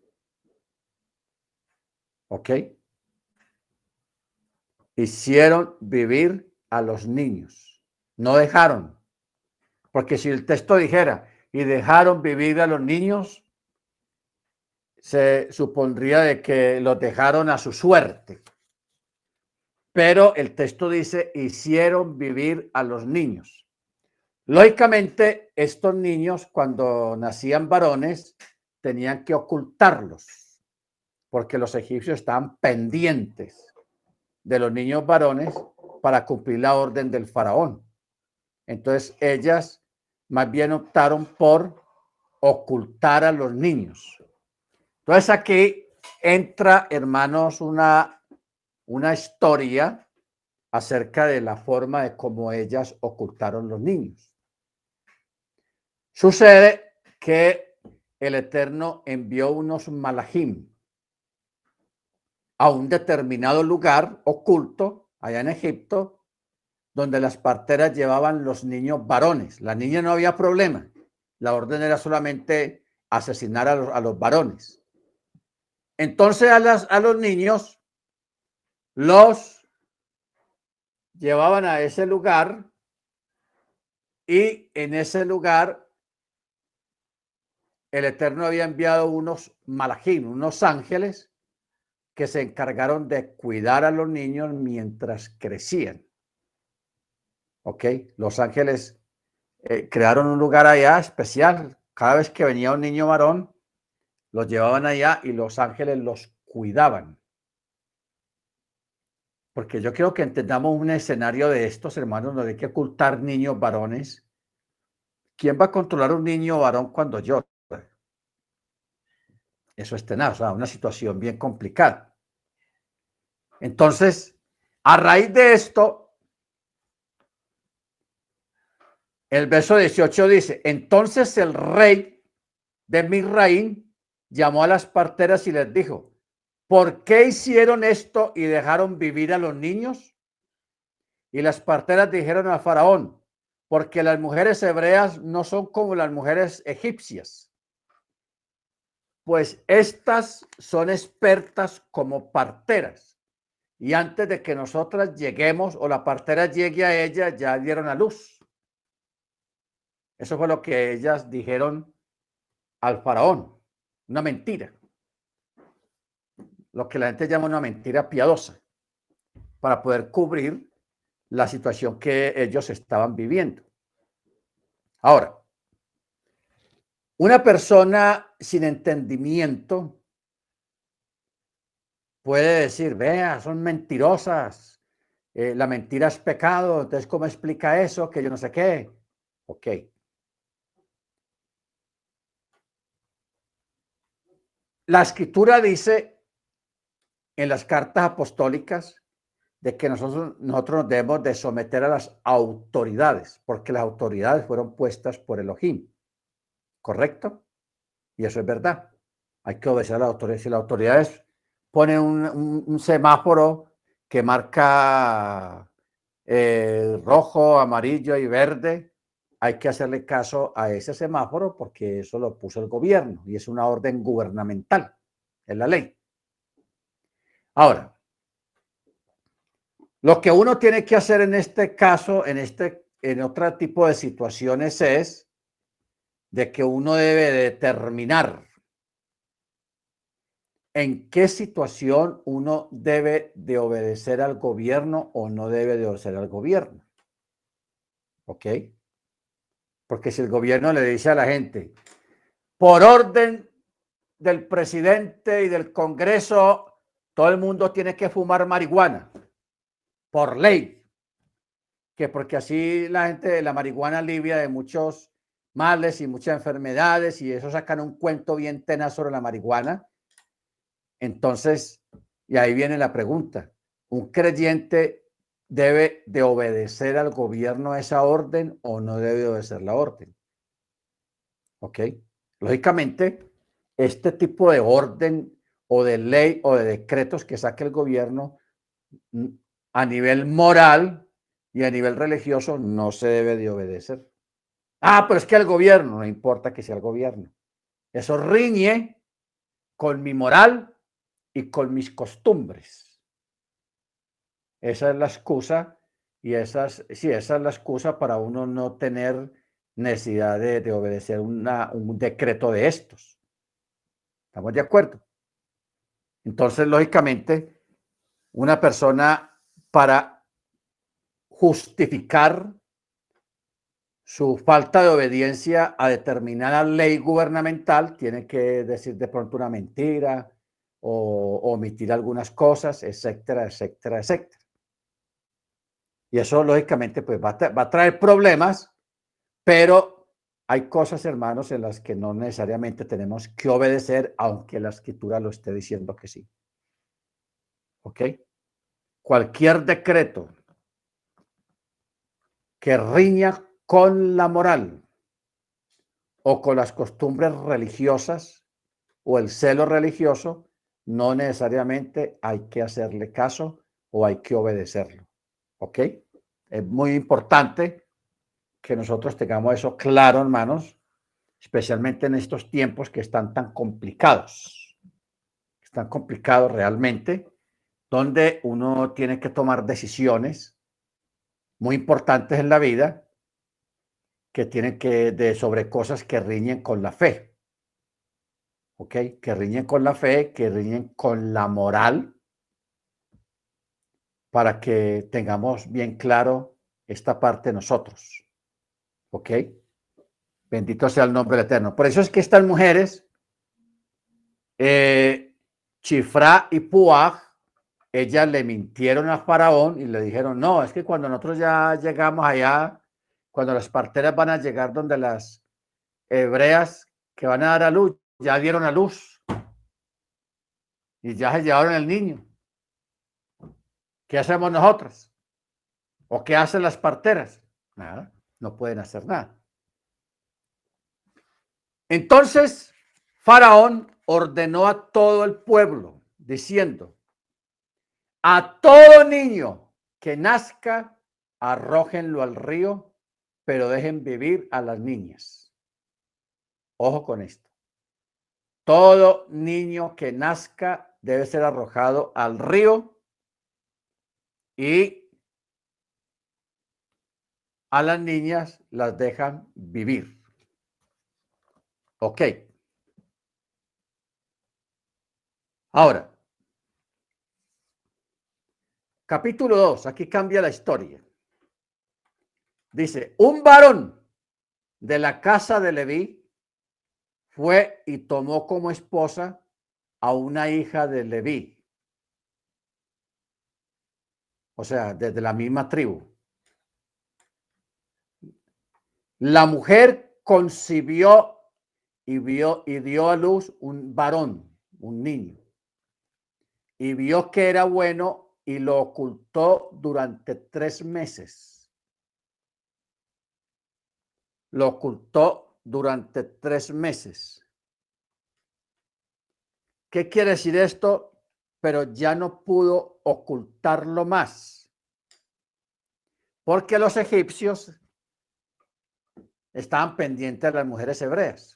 ¿Ok? Hicieron vivir a los niños. No dejaron. Porque si el texto dijera, y dejaron vivir a los niños, se supondría de que los dejaron a su suerte. Pero el texto dice, hicieron vivir a los niños. Lógicamente, estos niños, cuando nacían varones, tenían que ocultarlos, porque los egipcios estaban pendientes de los niños varones para cumplir la orden del faraón. Entonces, ellas más bien optaron por ocultar a los niños. Entonces, aquí entra, hermanos, una, una historia acerca de la forma de cómo ellas ocultaron los niños. Sucede que el Eterno envió unos malajim a un determinado lugar oculto allá en Egipto, donde las parteras llevaban los niños varones. La niña no había problema. La orden era solamente asesinar a los, a los varones. Entonces a, las, a los niños los llevaban a ese lugar y en ese lugar el Eterno había enviado unos malajim, unos ángeles que se encargaron de cuidar a los niños mientras crecían. ¿Ok? Los ángeles eh, crearon un lugar allá especial. Cada vez que venía un niño varón, los llevaban allá y los ángeles los cuidaban. Porque yo creo que entendamos un escenario de estos, hermanos, donde hay que ocultar niños varones. ¿Quién va a controlar un niño varón cuando llora? Eso es tenaz, o sea, una situación bien complicada. Entonces, a raíz de esto, el verso dieciocho dice, entonces el rey de Misraín llamó a las parteras y les dijo, ¿por qué hicieron esto y dejaron vivir a los niños? Y las parteras dijeron al faraón, porque las mujeres hebreas no son como las mujeres egipcias, pues estas son expertas como parteras. Y antes de que nosotras lleguemos o la partera llegue a ella, ya dieron a luz. Eso fue lo que ellas dijeron al faraón. Una mentira. Lo que la gente llama una mentira piadosa. Para poder cubrir la situación que ellos estaban viviendo. Ahora, una persona sin entendimiento puede decir, vea, son mentirosas, eh, la mentira es pecado, entonces ¿cómo explica eso? Que yo no sé qué. Ok. La escritura dice en las cartas apostólicas de que nosotros, nosotros nos debemos de someter a las autoridades, porque las autoridades fueron puestas por Elohim, ¿correcto? Y eso es verdad. Hay que obedecer a las autoridades. Si las autoridades ponen un, un, un semáforo que marca eh, rojo, amarillo y verde, hay que hacerle caso a ese semáforo porque eso lo puso el gobierno y es una orden gubernamental, es la ley. Ahora, lo que uno tiene que hacer en este caso, en este, en otro tipo de situaciones es de que uno debe determinar en qué situación uno debe de obedecer al gobierno o no debe de obedecer al gobierno. ¿Ok? Porque si el gobierno le dice a la gente, por orden del presidente y del Congreso, todo el mundo tiene que fumar marihuana, por ley, que porque así la gente, la marihuana alivia de muchos males y muchas enfermedades y eso sacan un cuento bien tenaz sobre la marihuana. Entonces, y ahí viene la pregunta, ¿un creyente debe de obedecer al gobierno a esa orden o no debe obedecer la orden? ¿Ok? Lógicamente, este tipo de orden o de ley o de decretos que saque el gobierno a nivel moral y a nivel religioso no se debe de obedecer. Ah, pero es que el gobierno, no importa que sea el gobierno. Eso riñe con mi moral y con mis costumbres. Esa es la excusa y esas, sí, esa es la excusa para uno no tener necesidad de, de obedecer una, un decreto de estos. ¿Estamos de acuerdo? Entonces, lógicamente, una persona para justificar su falta de obediencia a determinada ley gubernamental tiene que decir de pronto una mentira o, o omitir algunas cosas, etcétera, etcétera, etcétera. Y eso, lógicamente, pues va a, va a traer problemas, pero hay cosas, hermanos, en las que no necesariamente tenemos que obedecer, aunque la escritura lo esté diciendo que sí. ¿Ok? Cualquier decreto que riña con la moral o con las costumbres religiosas o el celo religioso, no necesariamente hay que hacerle caso o hay que obedecerlo. ¿Ok? Es muy importante que nosotros tengamos eso claro, hermanos, especialmente en estos tiempos que están tan complicados, están complicados realmente, donde uno tiene que tomar decisiones muy importantes en la vida que tienen que de sobre cosas que riñen con la fe, ¿ok? Que riñen con la fe, que riñen con la moral, para que tengamos bien claro esta parte nosotros, ¿ok? Bendito sea el nombre del Eterno. Por eso es que estas mujeres, eh, Chifra y Puaj, ellas le mintieron a Faraón y le dijeron, no, es que cuando nosotros ya llegamos allá, cuando las parteras van a llegar donde las hebreas que van a dar a luz, ya dieron a luz y ya se llevaron el niño. ¿Qué hacemos nosotros? ¿O qué hacen las parteras? Nada, no pueden hacer nada. Entonces, Faraón ordenó a todo el pueblo, diciendo, a todo niño que nazca, arrójenlo al río, pero dejen vivir a las niñas. Ojo con esto. Todo niño que nazca debe ser arrojado al río y a las niñas las dejan vivir. Ok. Ahora, capítulo dos, aquí cambia la historia. Dice, un varón de la casa de Leví fue y tomó como esposa a una hija de Leví, o sea, desde la misma tribu. La mujer concibió y vio y dio a luz un varón, un niño, y vio que era bueno y lo ocultó durante tres meses. Lo ocultó durante tres meses. ¿Qué quiere decir esto? Pero ya no pudo ocultarlo más, porque los egipcios estaban pendientes de las mujeres hebreas,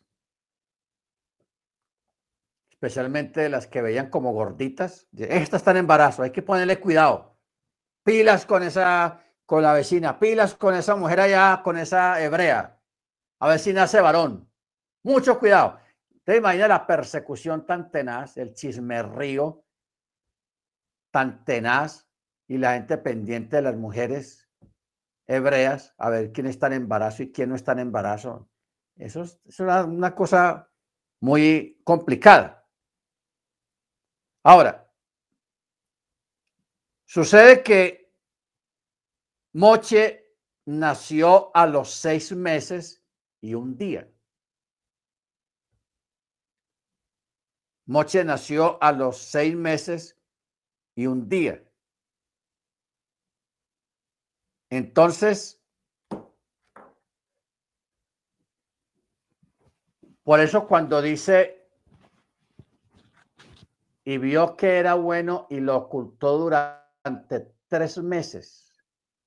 especialmente las que veían como gorditas. Esta está en embarazo, hay que ponerle cuidado. Pilas con esa, con la vecina, pilas con esa mujer allá, con esa hebrea, a ver si nace varón. Mucho cuidado. ¿Te imaginas la persecución tan tenaz, el chismerrío tan tenaz y la gente pendiente de las mujeres hebreas a ver quién está en embarazo y quién no está en embarazo? Eso es, es una, una cosa muy complicada. Ahora, sucede que Moche nació a los seis meses y un día. Moche nació a los seis meses y un día. Entonces, por eso cuando dice, y vio que era bueno y lo ocultó durante tres meses,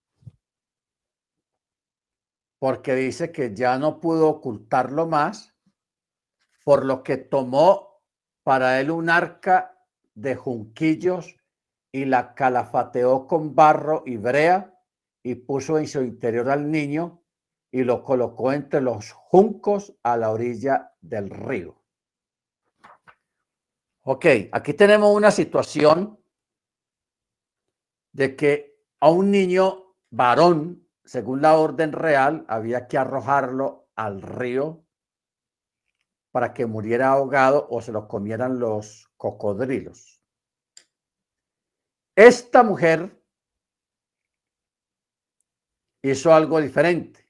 porque dice que ya no pudo ocultarlo más, por lo que tomó para él un arca de junquillos y la calafateó con barro y brea y puso en su interior al niño y lo colocó entre los juncos a la orilla del río. Ok, aquí tenemos una situación de que a un niño varón, según la orden real, había que arrojarlo al río para que muriera ahogado o se lo comieran los cocodrilos. Esta mujer hizo algo diferente.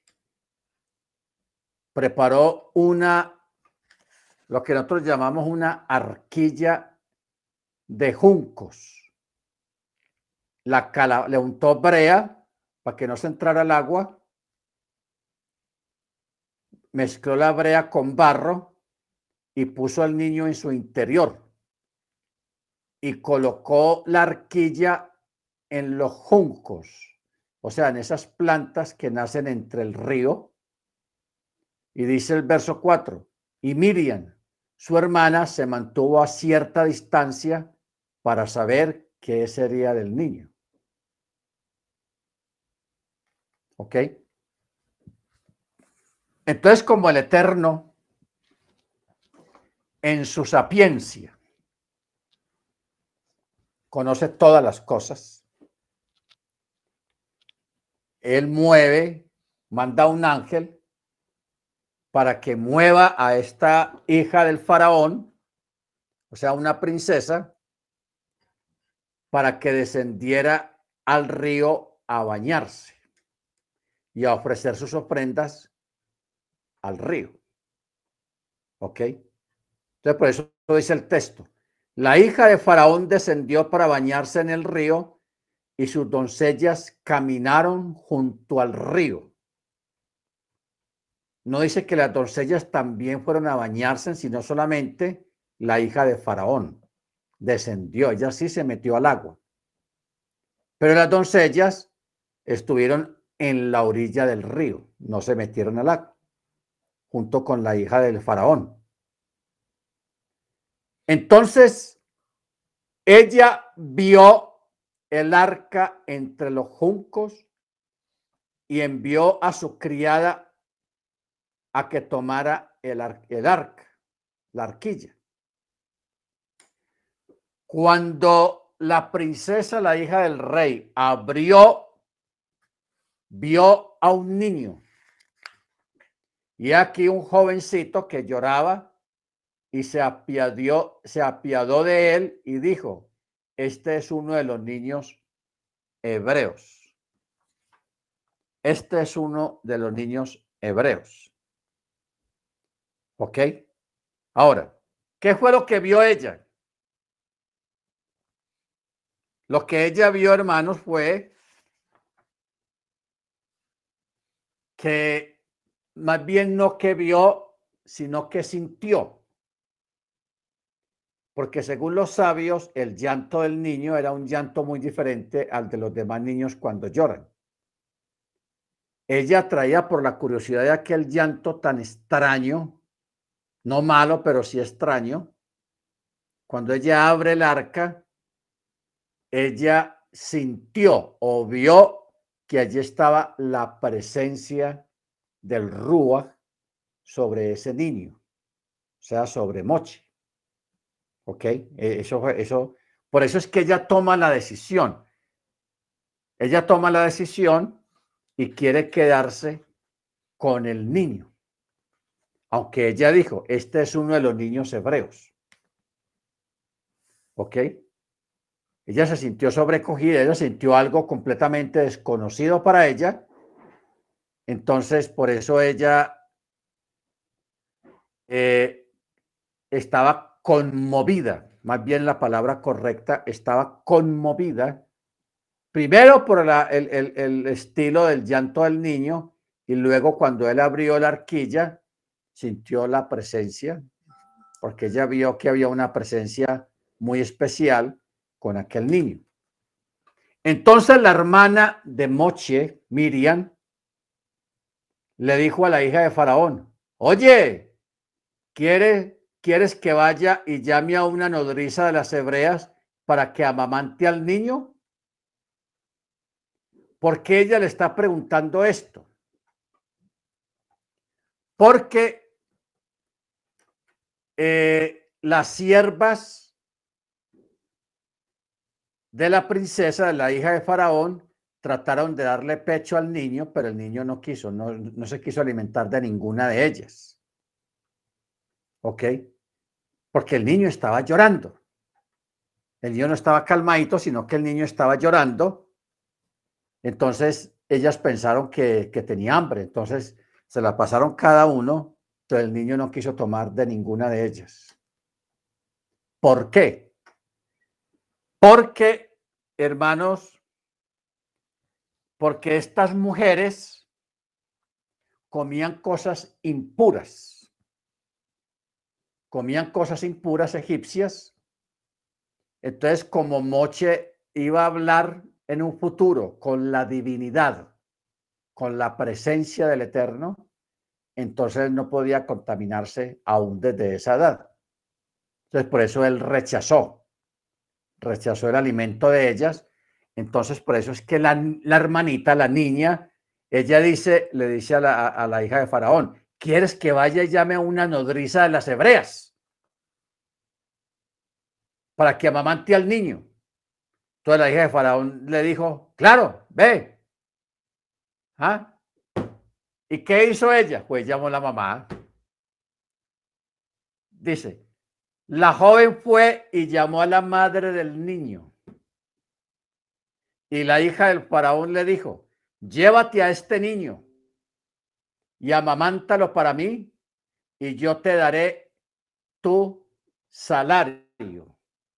Preparó una, lo que nosotros llamamos una arquilla de juncos. La cala, le untó brea para que no se entrara el agua. Mezcló la brea con barro y puso al niño en su interior. Y colocó la arquilla en los juncos, o sea, en esas plantas que nacen entre el río Y dice el verso cuatro, y Miriam, su hermana, se mantuvo a cierta distancia para saber qué sería del niño. ¿Ok? Entonces, como el Eterno, en su sapiencia, conoce todas las cosas, Él mueve, manda un ángel para que mueva a esta hija del faraón, o sea, una princesa, para que descendiera al río a bañarse y a ofrecer sus ofrendas al río. ¿Ok? Entonces, por eso dice el texto. La hija de Faraón descendió para bañarse en el río y sus doncellas caminaron junto al río. No dice que las doncellas también fueron a bañarse, sino solamente la hija de Faraón descendió. Ella sí se metió al agua. Pero las doncellas estuvieron en la orilla del río, no se metieron al agua, junto con la hija del Faraón. Entonces, ella vio el arca entre los juncos y envió a su criada a que tomara el, ar el arca, la arquilla. Cuando la princesa, la hija del rey, abrió, vio a un niño. Y aquí un jovencito que lloraba y se apiadó, se apiadó de él y dijo, este es uno de los niños hebreos. Este es uno de los niños hebreos. ¿Ok? Ahora, ¿qué fue lo que vio ella? Lo que ella vio, hermanos, fue que más bien no que vio, sino que sintió. Porque según los sabios, el llanto del niño era un llanto muy diferente al de los demás niños cuando lloran. Ella traía por la curiosidad de aquel llanto tan extraño, no malo, pero sí extraño. Cuando ella abre el arca, ella sintió o vio que allí estaba la presencia del Ruach sobre ese niño, o sea, sobre Moche. ¿Ok? Eso, eso, por eso es que ella toma la decisión. Ella toma la decisión y quiere quedarse con el niño. Aunque ella dijo, este es uno de los niños hebreos. ¿Ok? Ella se sintió sobrecogida, ella sintió algo completamente desconocido para ella. Entonces, por eso ella eh, estaba conmovida, más bien la palabra correcta, estaba conmovida, primero por la, el, el, el estilo del llanto del niño, y luego cuando él abrió la arquilla, sintió la presencia, porque ella vio que había una presencia muy especial con aquel niño. Entonces la hermana de Moche, Miriam, le dijo a la hija de Faraón, oye, ¿quieres, ¿quieres que vaya y llame a una nodriza de las hebreas para que amamante al niño? ¿Por qué ella le está preguntando esto? Porque eh, las siervas de la princesa, de la hija de Faraón, trataron de darle pecho al niño, pero el niño no quiso, no, no se quiso alimentar de ninguna de ellas. ¿Ok? Porque el niño estaba llorando. El niño no estaba calmadito, sino que el niño estaba llorando. Entonces, ellas pensaron que, que tenía hambre. Entonces, se la pasaron cada uno, pero el niño no quiso tomar de ninguna de ellas. ¿Por qué? Porque, hermanos, porque estas mujeres comían cosas impuras. Comían cosas impuras egipcias. Entonces, como Moche iba a hablar en un futuro con la divinidad, con la presencia del Eterno, entonces él no podía contaminarse aún desde esa edad. Entonces, por eso él rechazó, rechazó el alimento de ellas. Entonces, por eso es que la, la hermanita, la niña, ella dice, le dice a la, a la hija de Faraón, ¿quieres que vaya y llame a una nodriza de las hebreas para que amamante al niño? Entonces la hija de Faraón le dijo, claro, ve. ¿Ah? ¿Y qué hizo ella? Pues llamó a la mamá. Dice, la joven fue y llamó a la madre del niño. Y la hija del faraón le dijo, llévate a este niño y amamántalo para mí y yo te daré tu salario.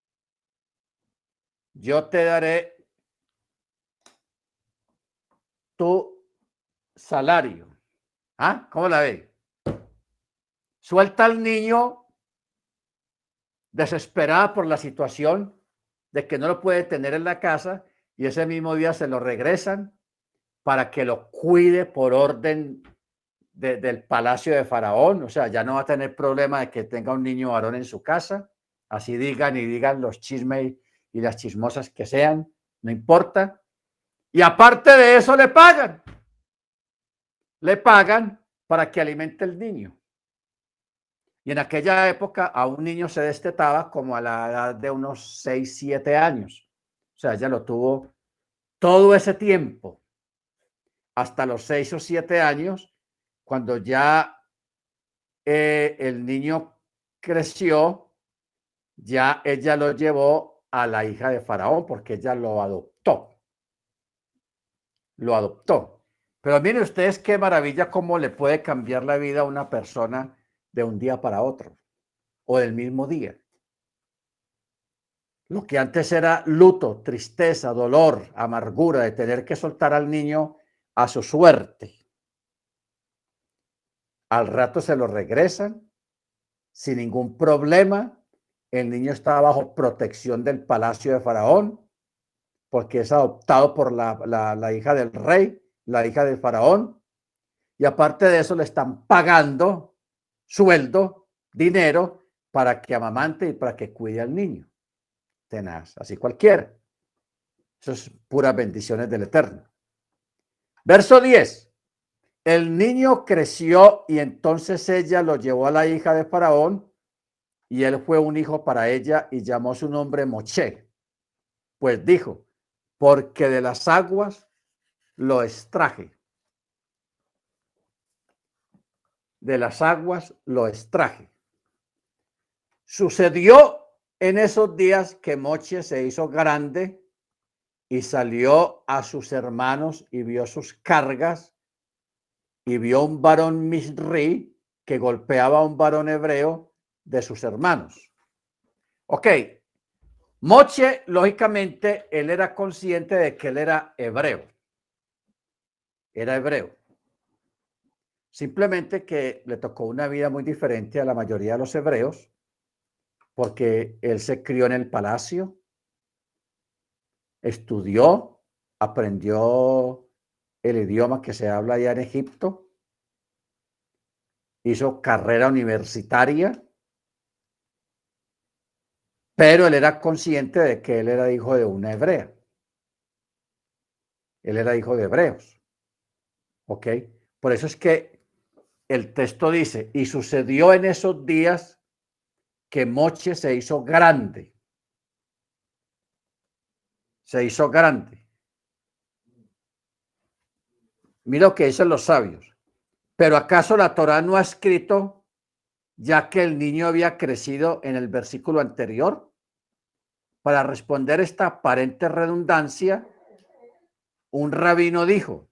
Yo te daré tu salario. ¿Ah? ¿Cómo la ve? Suelta al niño desesperada por la situación de que no lo puede tener en la casa y ese mismo día se lo regresan para que lo cuide por orden de, del palacio de Faraón. O sea, ya no va a tener problema de que tenga un niño varón en su casa. Así digan y digan los chismes y las chismosas que sean, no importa. Y aparte de eso le pagan. Le pagan para que alimente el niño. Y en aquella época a un niño se destetaba como a la edad de unos seis, siete años. O sea, ella lo tuvo todo ese tiempo, hasta los seis o siete años, cuando ya eh, el niño creció, ya ella lo llevó a la hija de Faraón, porque ella lo adoptó. Lo adoptó. Pero miren ustedes qué maravilla cómo le puede cambiar la vida a una persona de un día para otro, o del mismo día. Lo que antes era luto, tristeza, dolor, amargura de tener que soltar al niño a su suerte. Al rato se lo regresan sin ningún problema. El niño está bajo protección del palacio de Faraón porque es adoptado por la, la, la hija del rey, la hija del Faraón. Y aparte de eso le están pagando sueldo, dinero para que amamante y para que cuide al niño. Tenaz, así cualquiera. Eso es puras bendiciones del Eterno. Verso diez. El niño creció y entonces ella lo llevó a la hija de Faraón y él fue un hijo para ella y llamó su nombre Moché. Pues dijo, porque de las aguas lo extraje. De las aguas lo extraje. Sucedió en esos días que Moche se hizo grande y salió a sus hermanos y vio sus cargas y vio un varón misri que golpeaba a un varón hebreo de sus hermanos. Ok, Moche, lógicamente, él era consciente de que él era hebreo. Era hebreo. Simplemente que le tocó una vida muy diferente a la mayoría de los hebreos, porque él se crió en el palacio, estudió, aprendió el idioma que se habla allá en Egipto, hizo carrera universitaria, pero él era consciente de que él era hijo de una hebrea. Él era hijo de hebreos. ¿Ok? Por eso es que el texto dice, y sucedió en esos días que Moche se hizo grande. Se hizo grande. Mira lo que dicen los sabios. Pero ¿acaso la Torá no ha escrito, ya que el niño había crecido en el versículo anterior? Para responder esta aparente redundancia, un rabino dijo,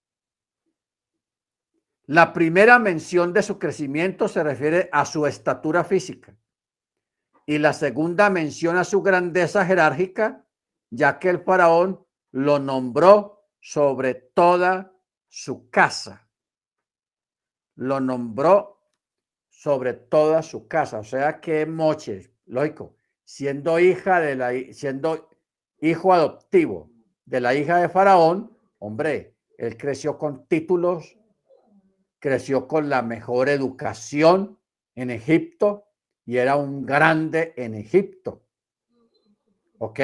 la primera mención de su crecimiento se refiere a su estatura física y la segunda mención a su grandeza jerárquica, ya que el faraón lo nombró sobre toda su casa. Lo nombró sobre toda su casa. O sea que Moche, lógico, siendo hija de la, siendo hijo adoptivo de la hija de Faraón, hombre, él creció con títulos, creció con la mejor educación en Egipto y era un grande en Egipto. ¿Ok?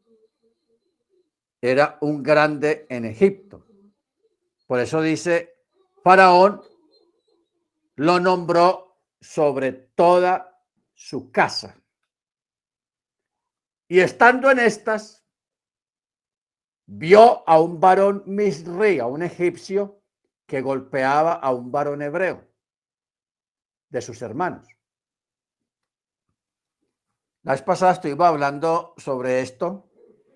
Era un grande en Egipto. Por eso dice, Faraón lo nombró sobre toda su casa. Y estando en estas, vio a un varón misri, a un egipcio, que golpeaba a un varón hebreo de sus hermanos. La vez pasada estuvimos hablando sobre esto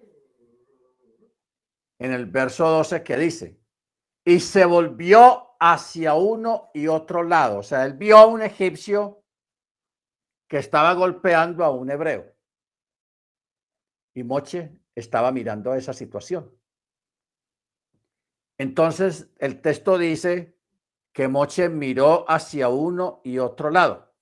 en el verso doce, que dice, y se volvió hacia uno y otro lado. O sea, él vio a un egipcio que estaba golpeando a un hebreo. Y Moche estaba mirando esa situación. Entonces, el texto dice que Moche miró hacia uno y otro lado.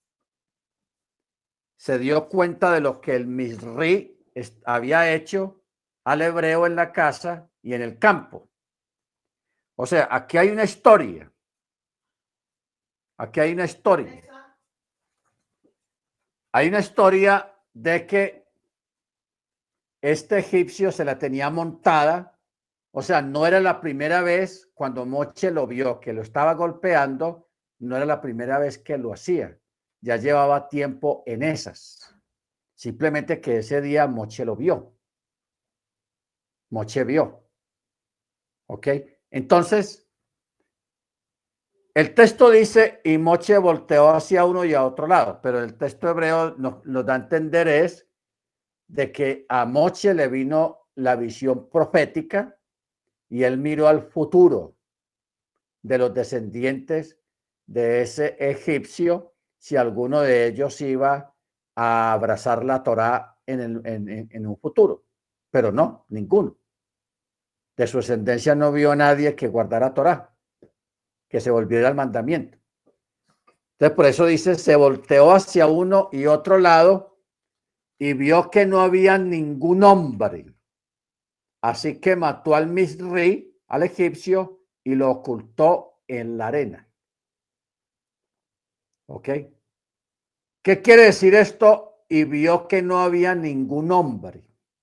Se dio cuenta de lo que el misri había hecho al hebreo en la casa y en el campo. O sea, aquí hay una historia. Aquí hay una historia. Hay una historia de que este egipcio se la tenía montada. O sea, no era la primera vez cuando Moche lo vio que lo estaba golpeando, no era la primera vez que lo hacía. Ya llevaba tiempo en esas. Simplemente que ese día Moche lo vio. Moche vio. ¿Ok? Entonces, el texto dice, y Moche volteó hacia uno y a otro lado, pero el texto hebreo nos, nos da a entender es de que a Moche le vino la visión profética y él miró al futuro de los descendientes de ese egipcio, si alguno de ellos iba a abrazar la Torá en, el, en, en un futuro, pero no, ninguno. De su descendencia no vio a nadie que guardara Torá, que se volviera al mandamiento. Entonces, por eso dice, se volteó hacia uno y otro lado y vio que no había ningún hombre. Así que mató al misri, al egipcio, y lo ocultó en la arena. ¿Ok? ¿Qué quiere decir esto? Y vio que no había ningún hombre.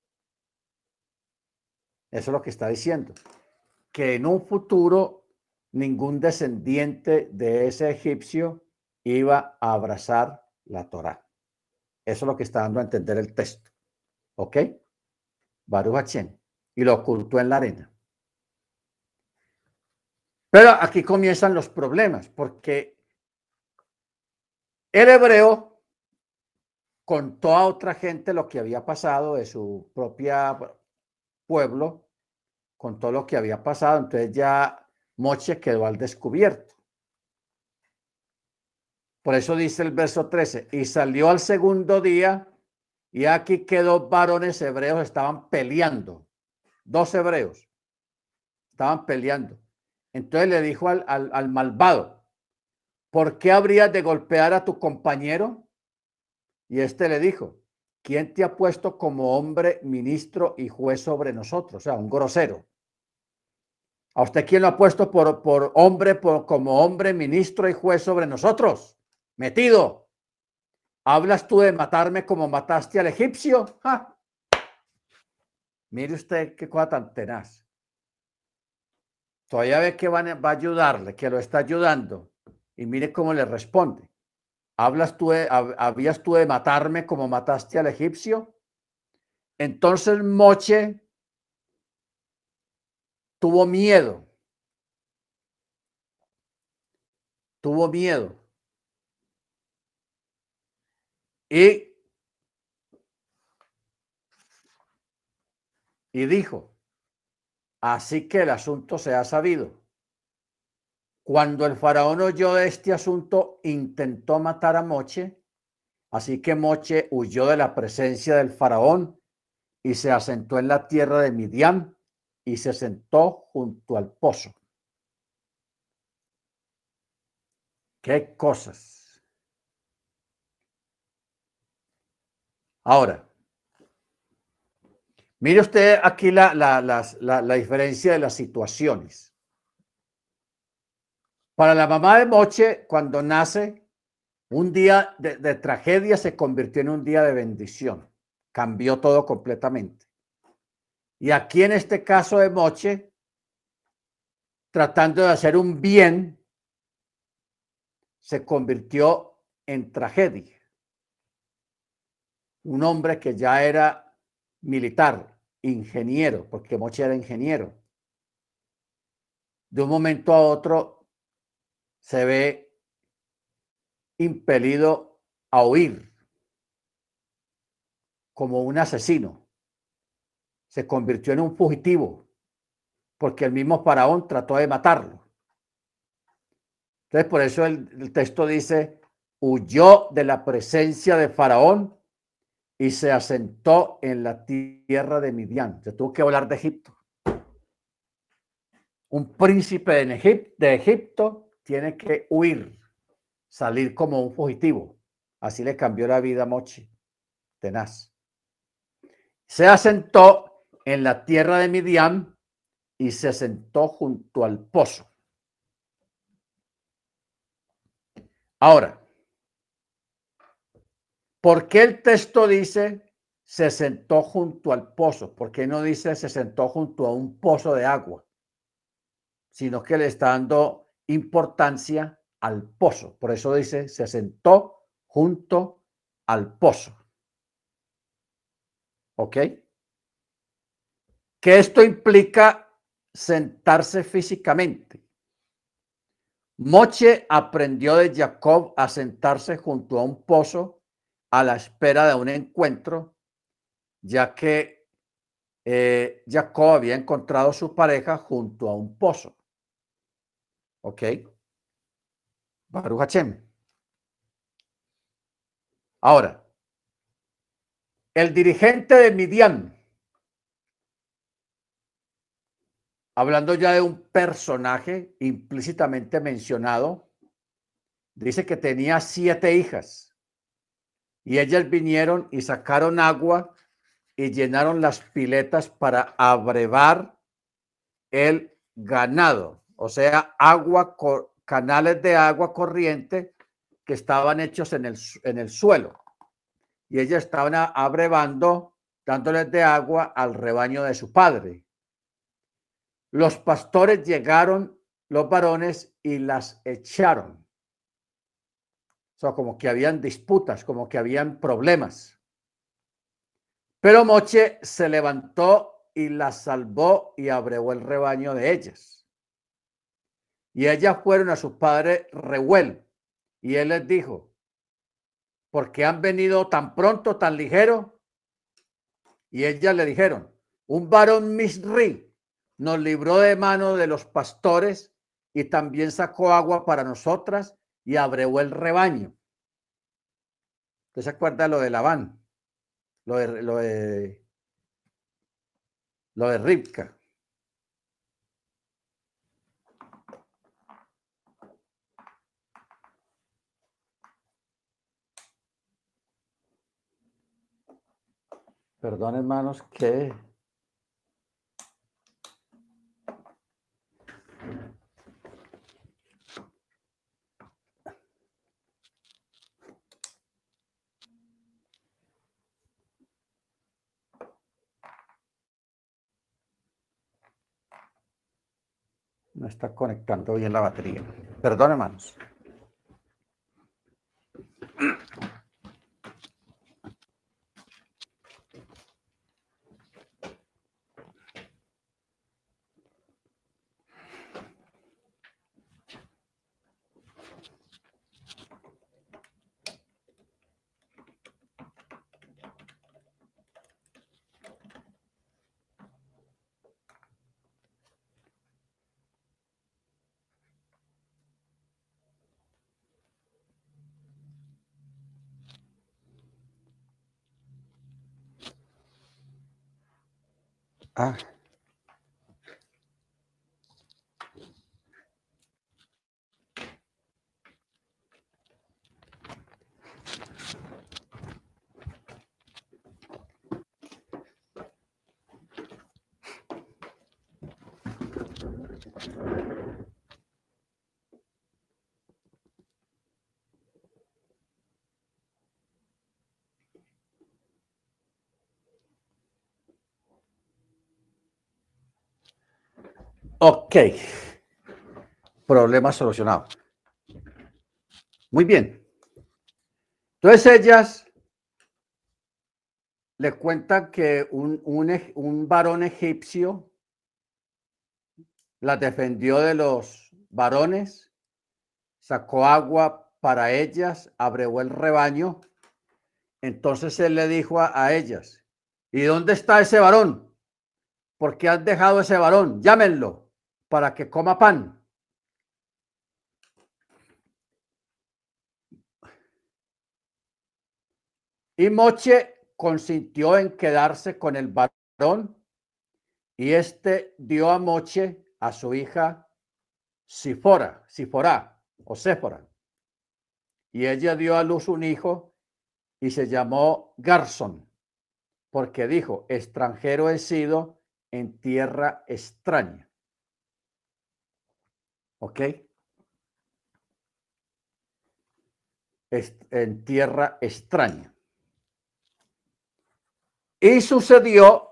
Eso es lo que está diciendo. Que en un futuro ningún descendiente de ese egipcio iba a abrazar la Torá. Eso es lo que está dando a entender el texto. ¿Ok? Baruch Hachem. Y lo ocultó en la arena. Pero aquí comienzan los problemas, porque el hebreo contó a otra gente lo que había pasado de su propia pueblo, contó lo que había pasado, entonces ya Moche quedó al descubierto. Por eso dice el verso trece, y salió al segundo día, y aquí que dos varones hebreos estaban peleando, dos hebreos estaban peleando. Entonces le dijo al, al, al malvado, ¿por qué habrías de golpear a tu compañero? Y este le dijo, ¿quién te ha puesto como hombre, ministro y juez sobre nosotros? O sea, un grosero. ¿A usted quién lo ha puesto por, por hombre, por, como hombre, ministro y juez sobre nosotros? Metido. ¿Hablas tú de matarme como mataste al egipcio? ¡Ja! Mire usted qué cosa tan tenaz. Todavía ve que va a ayudarle, que lo está ayudando. Y mire cómo le responde. ¿Hablas tú de, ¿Habías tú de matarme como mataste al egipcio? Entonces Moche tuvo miedo. Tuvo miedo. Y, y dijo, así que el asunto se ha sabido. Cuando el faraón oyó de este asunto, intentó matar a Moche. Así que Moche huyó de la presencia del faraón y se asentó en la tierra de Midian y se sentó junto al pozo. ¿Qué cosas? Ahora, mire usted aquí la, la, la, la, la diferencia de las situaciones. Para la mamá de Moche, cuando nace, un día de, de tragedia se convirtió en un día de bendición. Cambió todo completamente. Y aquí en este caso de Moche, tratando de hacer un bien, se convirtió en tragedia. Un hombre que ya era militar, ingeniero, porque Moche era ingeniero. De un momento a otro se ve impelido a huir como un asesino. Se convirtió en un fugitivo porque el mismo faraón trató de matarlo. Entonces, por eso el, el texto dice, huyó de la presencia de faraón y se asentó en la tierra de Midian. Se tuvo que volar de Egipto. Un príncipe de Egipto, de Egipto tiene que huir, salir como un fugitivo. Así le cambió la vida a Mochi, tenaz. Se asentó en la tierra de Midian y se sentó junto al pozo. Ahora, ¿por qué el texto dice se sentó junto al pozo? ¿Por qué no dice se sentó junto a un pozo de agua? Sino que le está dando importancia al pozo. Por eso dice se sentó junto al pozo. ¿Ok? Que esto implica sentarse físicamente. Moche aprendió de Jacob a sentarse junto a un pozo a la espera de un encuentro, ya que eh, Jacob había encontrado a su pareja junto a un pozo. ¿Ok? Baruch Hashem. Ahora, el dirigente de Midian, hablando ya de un personaje implícitamente mencionado, dice que tenía siete hijas y ellas vinieron y sacaron agua y llenaron las piletas para abrevar el ganado, o sea, agua, canales de agua corriente que estaban hechos en el, en el suelo. Y ellas estaban abrevando, dándoles de agua al rebaño de su padre. Los pastores llegaron, los varones, y las echaron. O sea, como que habían disputas, como que habían problemas. Pero Moche se levantó y las salvó y abrevó el rebaño de ellas. Y ellas fueron a su padre Reuel, y él les dijo, ¿por qué han venido tan pronto, tan ligero? Y ellas le dijeron, un varón misri nos libró de mano de los pastores y también sacó agua para nosotras y abrevó el rebaño. ¿Usted se acuerda lo de Labán? Lo de, lo de, lo de Ribca. Perdón, hermanos, que no está conectando bien la batería. Perdón, hermanos. Ah. Ok. Problema solucionado. Muy bien. Entonces ellas le cuentan que un, un, un varón egipcio las defendió de los varones, sacó agua para ellas, abrevó el rebaño. Entonces él le dijo a, a ellas, ¿y dónde está ese varón? ¿Por qué has dejado ese varón? Llámenlo para que coma pan. Y Moche consintió en quedarse con el varón, y este dio a Moche a su hija Sifora, Sifora o Séfora. Y ella dio a luz un hijo y se llamó Garzón, porque dijo, extranjero he sido en tierra extraña. ¿Ok? En tierra extraña. Y sucedió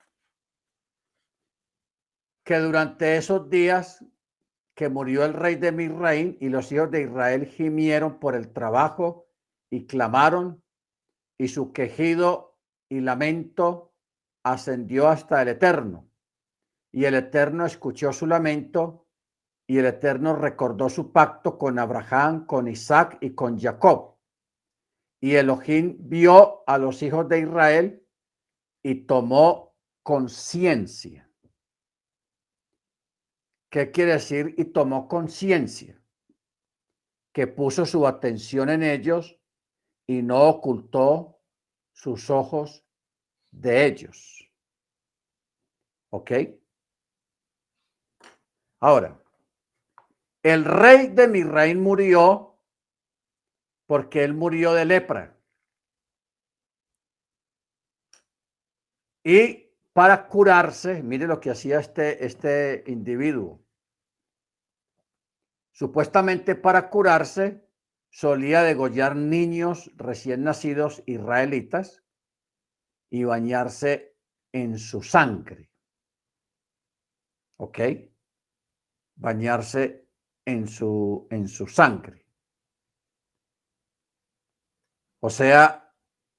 que durante esos días que murió el rey de Misraim y los hijos de Israel gimieron por el trabajo y clamaron, y su quejido y lamento ascendió hasta el Eterno. Y el Eterno escuchó su lamento, y el Eterno recordó su pacto con Abraham, con Isaac y con Jacob. Y Elohim vio a los hijos de Israel y tomó conciencia. ¿Qué quiere decir? Y tomó conciencia. Que puso su atención en ellos y no ocultó sus ojos de ellos. ¿Ok? Ahora, el rey de Misraim murió porque él murió de lepra. Y para curarse, mire lo que hacía este, este individuo. Supuestamente para curarse, solía degollar niños recién nacidos israelitas y bañarse en su sangre. ¿Ok? Bañarse en su, en su sangre. O sea,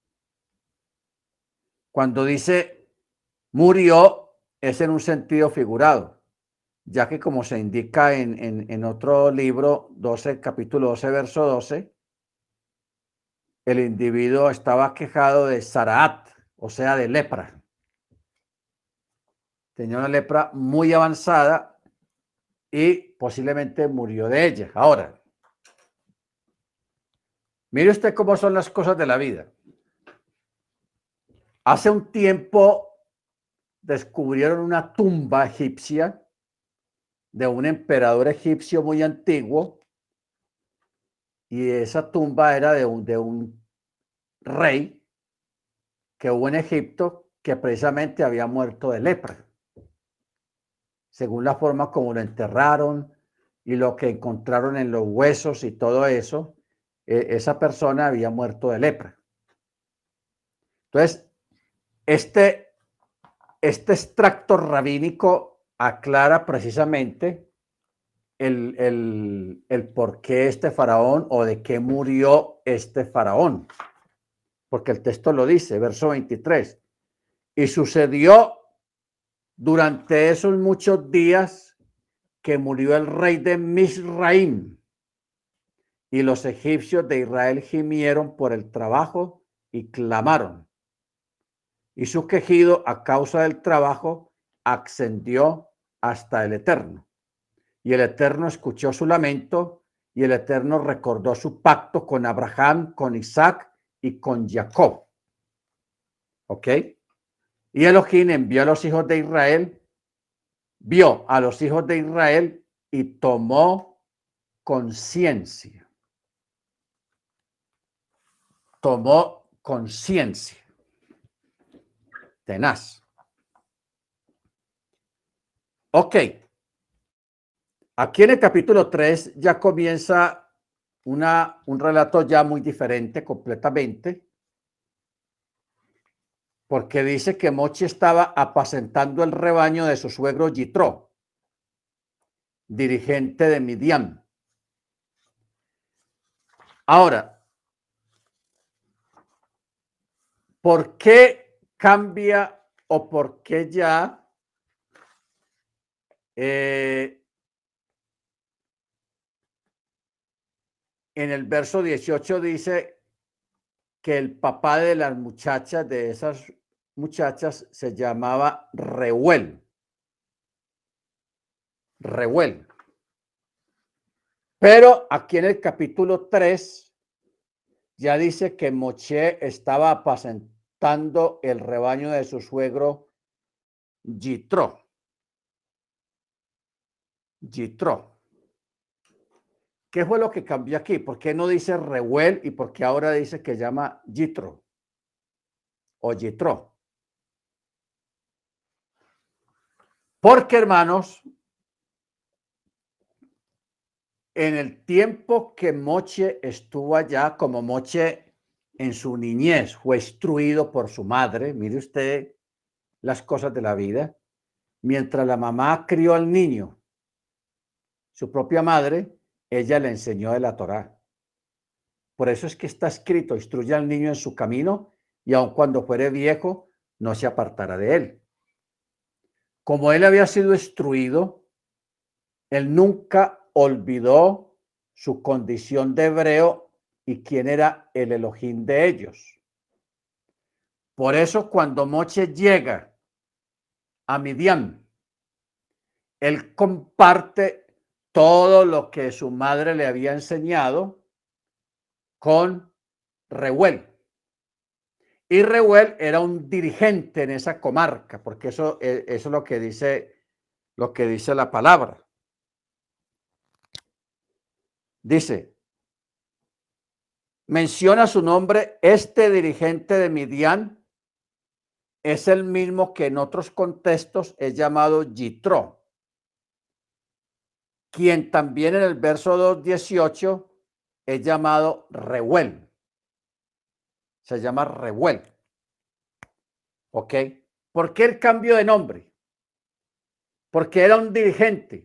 cuando dice murió, es en un sentido figurado, ya que como se indica en, en, en otro libro, doce, capítulo doce, verso doce, el individuo estaba quejado de Saraat, o sea, de lepra. Tenía una lepra muy avanzada y posiblemente murió de ella. Ahora, mire usted cómo son las cosas de la vida. Hace un tiempo descubrieron una tumba egipcia de un emperador egipcio muy antiguo, y esa tumba era de un, de un rey que hubo en Egipto que precisamente había muerto de lepra. Según la forma como lo enterraron y lo que encontraron en los huesos y todo eso, eh, esa persona había muerto de lepra. Entonces, este, este extracto rabínico aclara precisamente el, el, el por qué este faraón o de qué murió este faraón. Porque el texto lo dice, verso veintitrés. Y sucedió durante esos muchos días que murió el rey de Misraim, y los egipcios de Israel gimieron por el trabajo y clamaron. Y su quejido a causa del trabajo ascendió hasta el Eterno. Y el Eterno escuchó su lamento, y el Eterno recordó su pacto con Abraham, con Isaac y con Jacob. ¿Ok? Y Elohim envió a los hijos de Israel, vio a los hijos de Israel y tomó conciencia. Tomó conciencia. Tenaz. Ok. Aquí en el capítulo tres ya comienza una, un relato ya muy diferente completamente, porque dice que Mochi estaba apacentando el rebaño de su suegro Yitro. dirigente de Midian. Ahora, ¿por qué cambia o por qué ya eh, en el verso dieciocho dice que el papá de las muchachas, de esas muchachas, se llamaba Reuel? Reuel. Pero aquí en el capítulo tres ya dice que Moche estaba apacentando el rebaño de su suegro Yitro. Yitro. ¿Qué fue lo que cambió aquí? ¿Por qué no dice Reuel y por qué ahora dice que llama Yitro o Yitro? Porque, hermanos, en el tiempo que Moche estuvo allá, como Moche en su niñez fue instruido por su madre, mire usted las cosas de la vida, mientras la mamá crió al niño, su propia madre, ella le enseñó de la Torá. Por eso es que está escrito, instruye al niño en su camino y aun cuando fuere viejo, no se apartará de él. Como él había sido instruido, él nunca olvidó su condición de hebreo y quién era el Elohim de ellos. Por eso cuando Moche llega a Midian, él comparte todo lo que su madre le había enseñado con Reuel. Y Reuel era un dirigente en esa comarca, porque eso, eso es lo que dice, lo que dice la palabra. Dice, menciona su nombre, este dirigente de Midian es el mismo que en otros contextos es llamado Yitro, quien también en el verso dos dieciocho es llamado Reuel. Se llama Reuel. ¿Ok? ¿Por qué el cambio de nombre? Porque era un dirigente,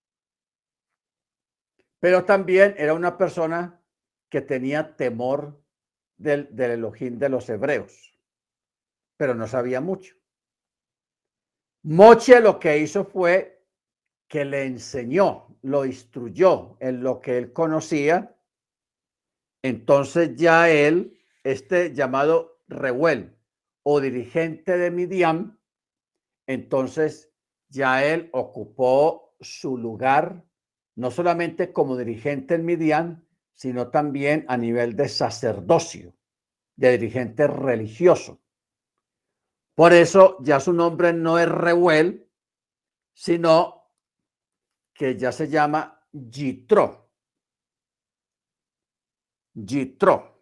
pero también era una persona que tenía temor del, del Elohim de los hebreos, pero no sabía mucho. Moche lo que hizo fue que le enseñó, lo instruyó en lo que él conocía. Entonces ya él, este llamado Reuel o dirigente de Midian, entonces ya él ocupó su lugar, no solamente como dirigente en Midian, sino también a nivel de sacerdocio, de dirigente religioso. Por eso ya su nombre no es Reuel, sino que ya se llama Yitro. Yitro.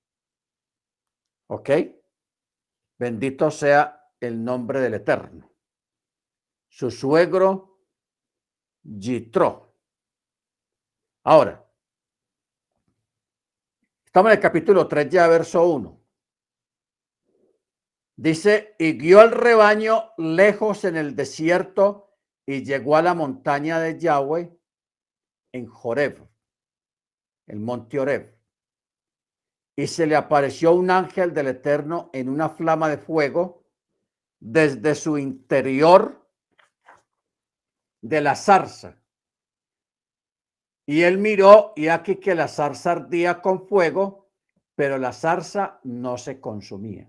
¿Ok? Bendito sea el nombre del Eterno. Su suegro, Yitro. Ahora, estamos en el capítulo tres, ya verso uno. Dice, y guió al rebaño lejos en el desierto y llegó a la montaña de Yahweh en Joreb, el monte Horeb. Y se le apareció un ángel del Eterno en una flama de fuego desde su interior de la zarza. Y él miró y aquí que la zarza ardía con fuego, pero la zarza no se consumía.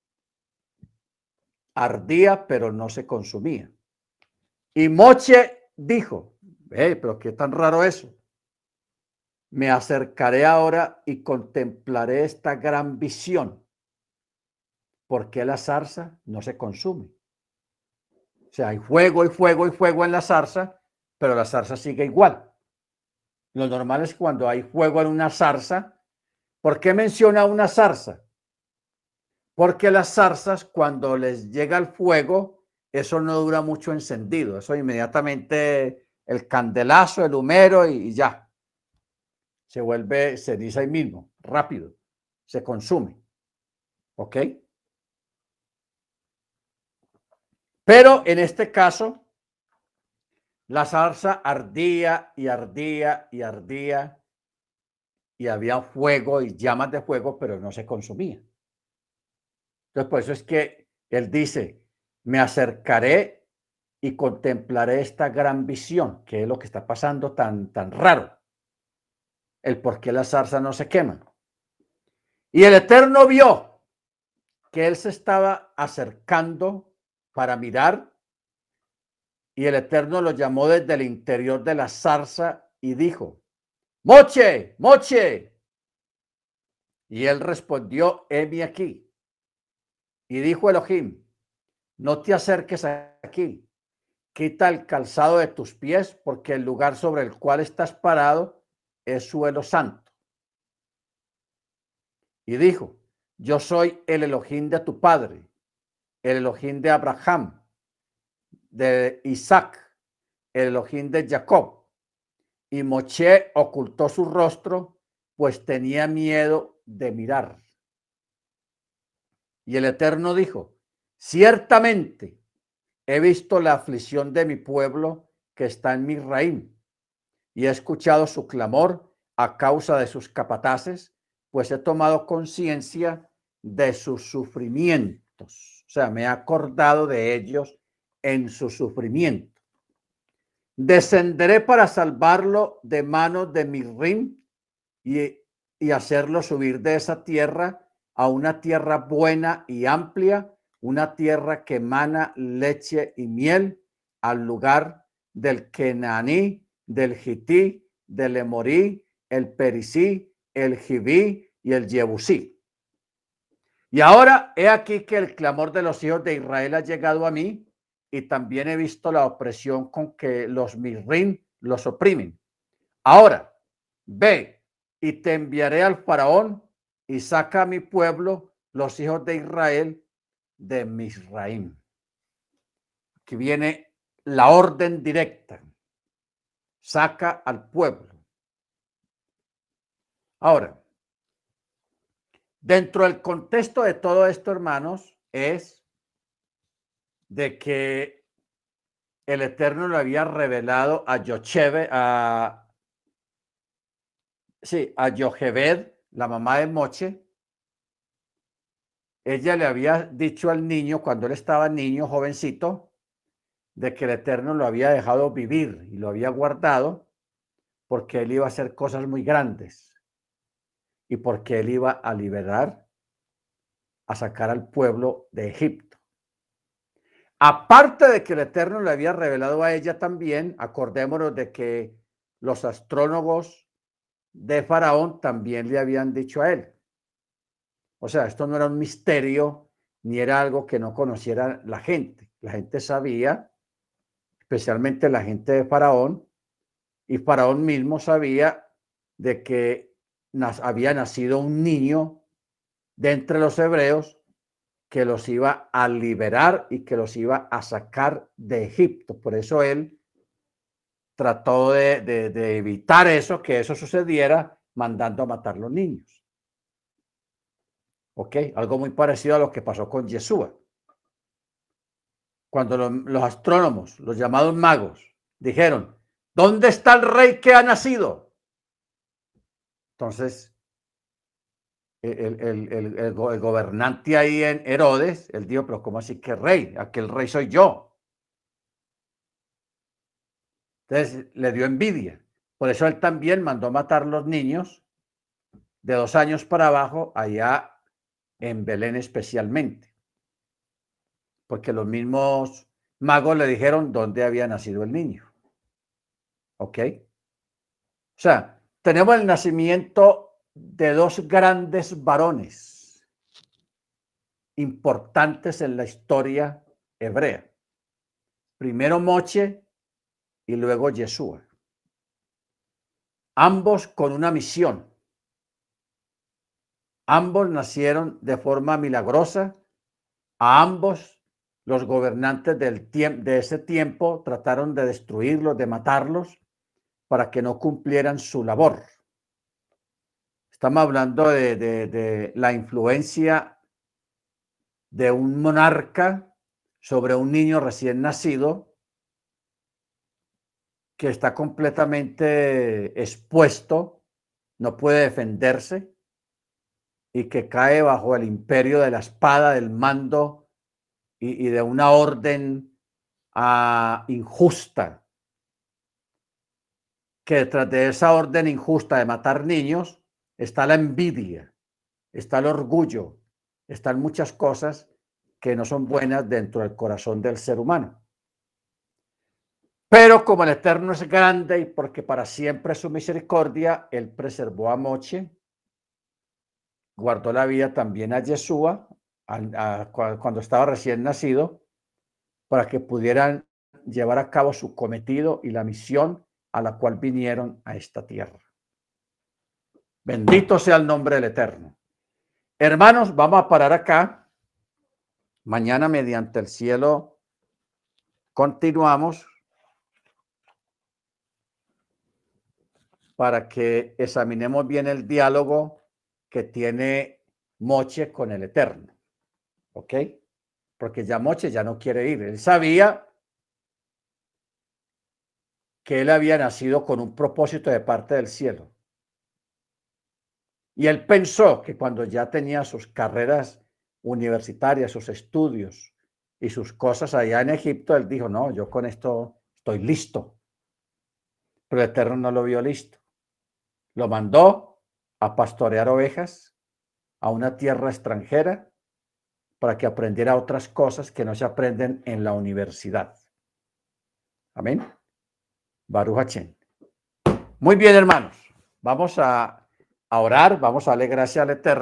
Ardía, pero no se consumía. Y Moche dijo, hey, pero qué tan raro eso. Me acercaré ahora y contemplaré esta gran visión. ¿Por qué la zarza no se consume? O sea, hay fuego y fuego y fuego en la zarza, pero la zarza sigue igual. Lo normal es cuando hay fuego en una zarza. ¿Por qué menciona una zarza? Porque las zarzas, cuando les llega el fuego, eso no dura mucho encendido. Eso inmediatamente el candelazo, el humero y, y ya. Se vuelve ceniza ahí mismo, rápido. Se consume. ¿Ok? Pero en este caso, La zarza ardía y ardía y ardía y había fuego y llamas de fuego, pero no se consumía. Entonces, por eso es que él dice, me acercaré y contemplaré esta gran visión, que es lo que está pasando tan, tan raro, el por qué la zarza no se quema. Y el Eterno vio que él se estaba acercando para mirar, y el Eterno lo llamó desde el interior de la zarza y dijo, Moche, Moche. Y él respondió, heme aquí. Y dijo Elohim, no te acerques aquí, quita el calzado de tus pies, porque el lugar sobre el cual estás parado es suelo santo. Y dijo, yo soy el Elohim de tu padre, el Elohim de Abraham, de Isaac, el Elohim de Jacob. Y Moche ocultó su rostro, pues tenía miedo de mirar. Y el Eterno dijo, ciertamente he visto la aflicción de mi pueblo que está en Misraim, y he escuchado su clamor a causa de sus capataces, pues he tomado conciencia de sus sufrimientos. O sea, me he acordado de ellos en su sufrimiento. Descenderé para salvarlo de manos de Misraim y, y hacerlo subir de esa tierra a una tierra buena y amplia, una tierra que emana leche y miel, al lugar del Kenaní, del Gití, del Emorí, el Perisí, el Gibí y el Jebusí. Y ahora he aquí que el clamor de los hijos de Israel ha llegado a mí, y también he visto la opresión con que los Misrim los oprimen. Ahora, ve y te enviaré al faraón y saca a mi pueblo, los hijos de Israel, de Misraim. Aquí viene la orden directa. Saca al pueblo. Ahora, dentro del contexto de todo esto, hermanos, es de que el Eterno le había revelado a Yochebe, a, sí, a Yochebed, la mamá de Moche. Ella le había dicho al niño, cuando él estaba niño, jovencito, de que el Eterno lo había dejado vivir y lo había guardado porque él iba a hacer cosas muy grandes y porque él iba a liberar, a sacar al pueblo de Egipto. Aparte de que el Eterno le había revelado a ella también, acordémonos de que los astrólogos de Faraón también le habían dicho a él. O sea, esto no era un misterio ni era algo que no conociera la gente. La gente sabía, especialmente la gente de Faraón, y Faraón mismo sabía de que había nacido un niño de entre los hebreos que los iba a liberar y que los iba a sacar de Egipto. Por eso él trató de, de, de evitar eso, que eso sucediera, mandando a matar los niños. ¿Ok? Algo muy parecido a lo que pasó con Yeshua. Cuando los, los astrónomos, los llamados magos, dijeron, ¿dónde está el rey que ha nacido? Entonces, el, el, el, el, gobernante ahí en Herodes, él dijo, pero ¿cómo así que rey? Aquel rey soy yo. Entonces le dio envidia. Por eso él también mandó matar los niños de dos años para abajo allá en Belén especialmente. Porque los mismos magos le dijeron dónde había nacido el niño. ¿Ok? O sea, tenemos el nacimiento de dos grandes varones importantes en la historia hebrea. Primero Moche y luego Yeshua. Ambos con una misión. Ambos nacieron de forma milagrosa. A ambos los gobernantes del tiempo, de ese tiempo trataron de destruirlos, de matarlos, para que no cumplieran su labor. Estamos hablando de, de, de la influencia de un monarca sobre un niño recién nacido, que está completamente expuesto, no puede defenderse y que cae bajo el imperio de la espada, del mando y, y de una orden uh, injusta, que detrás de esa orden injusta de matar niños está la envidia, está el orgullo, están muchas cosas que no son buenas dentro del corazón del ser humano. Pero como el Eterno es grande y porque para siempre es su misericordia, Él preservó a Moche, guardó la vida también a Yeshua, a, a, cuando estaba recién nacido, para que pudieran llevar a cabo su cometido y la misión a la cual vinieron a esta tierra. Bendito sea el nombre del Eterno. Hermanos, vamos a parar acá. Mañana, mediante el cielo, continuamos para que examinemos bien el diálogo que tiene Moche con el Eterno. ¿Ok? Porque ya Moche ya no quiere ir. Él sabía que él había nacido con un propósito de parte del cielo. Y él pensó que cuando ya tenía sus carreras universitarias, sus estudios y sus cosas allá en Egipto, él dijo, no, yo con esto estoy listo. Pero el Eterno no lo vio listo. Lo mandó a pastorear ovejas a una tierra extranjera para que aprendiera otras cosas que no se aprenden en la universidad. Amén. Baruch Hashem. Muy bien, hermanos. Vamos a, a orar, vamos a darle gracias al Eterno.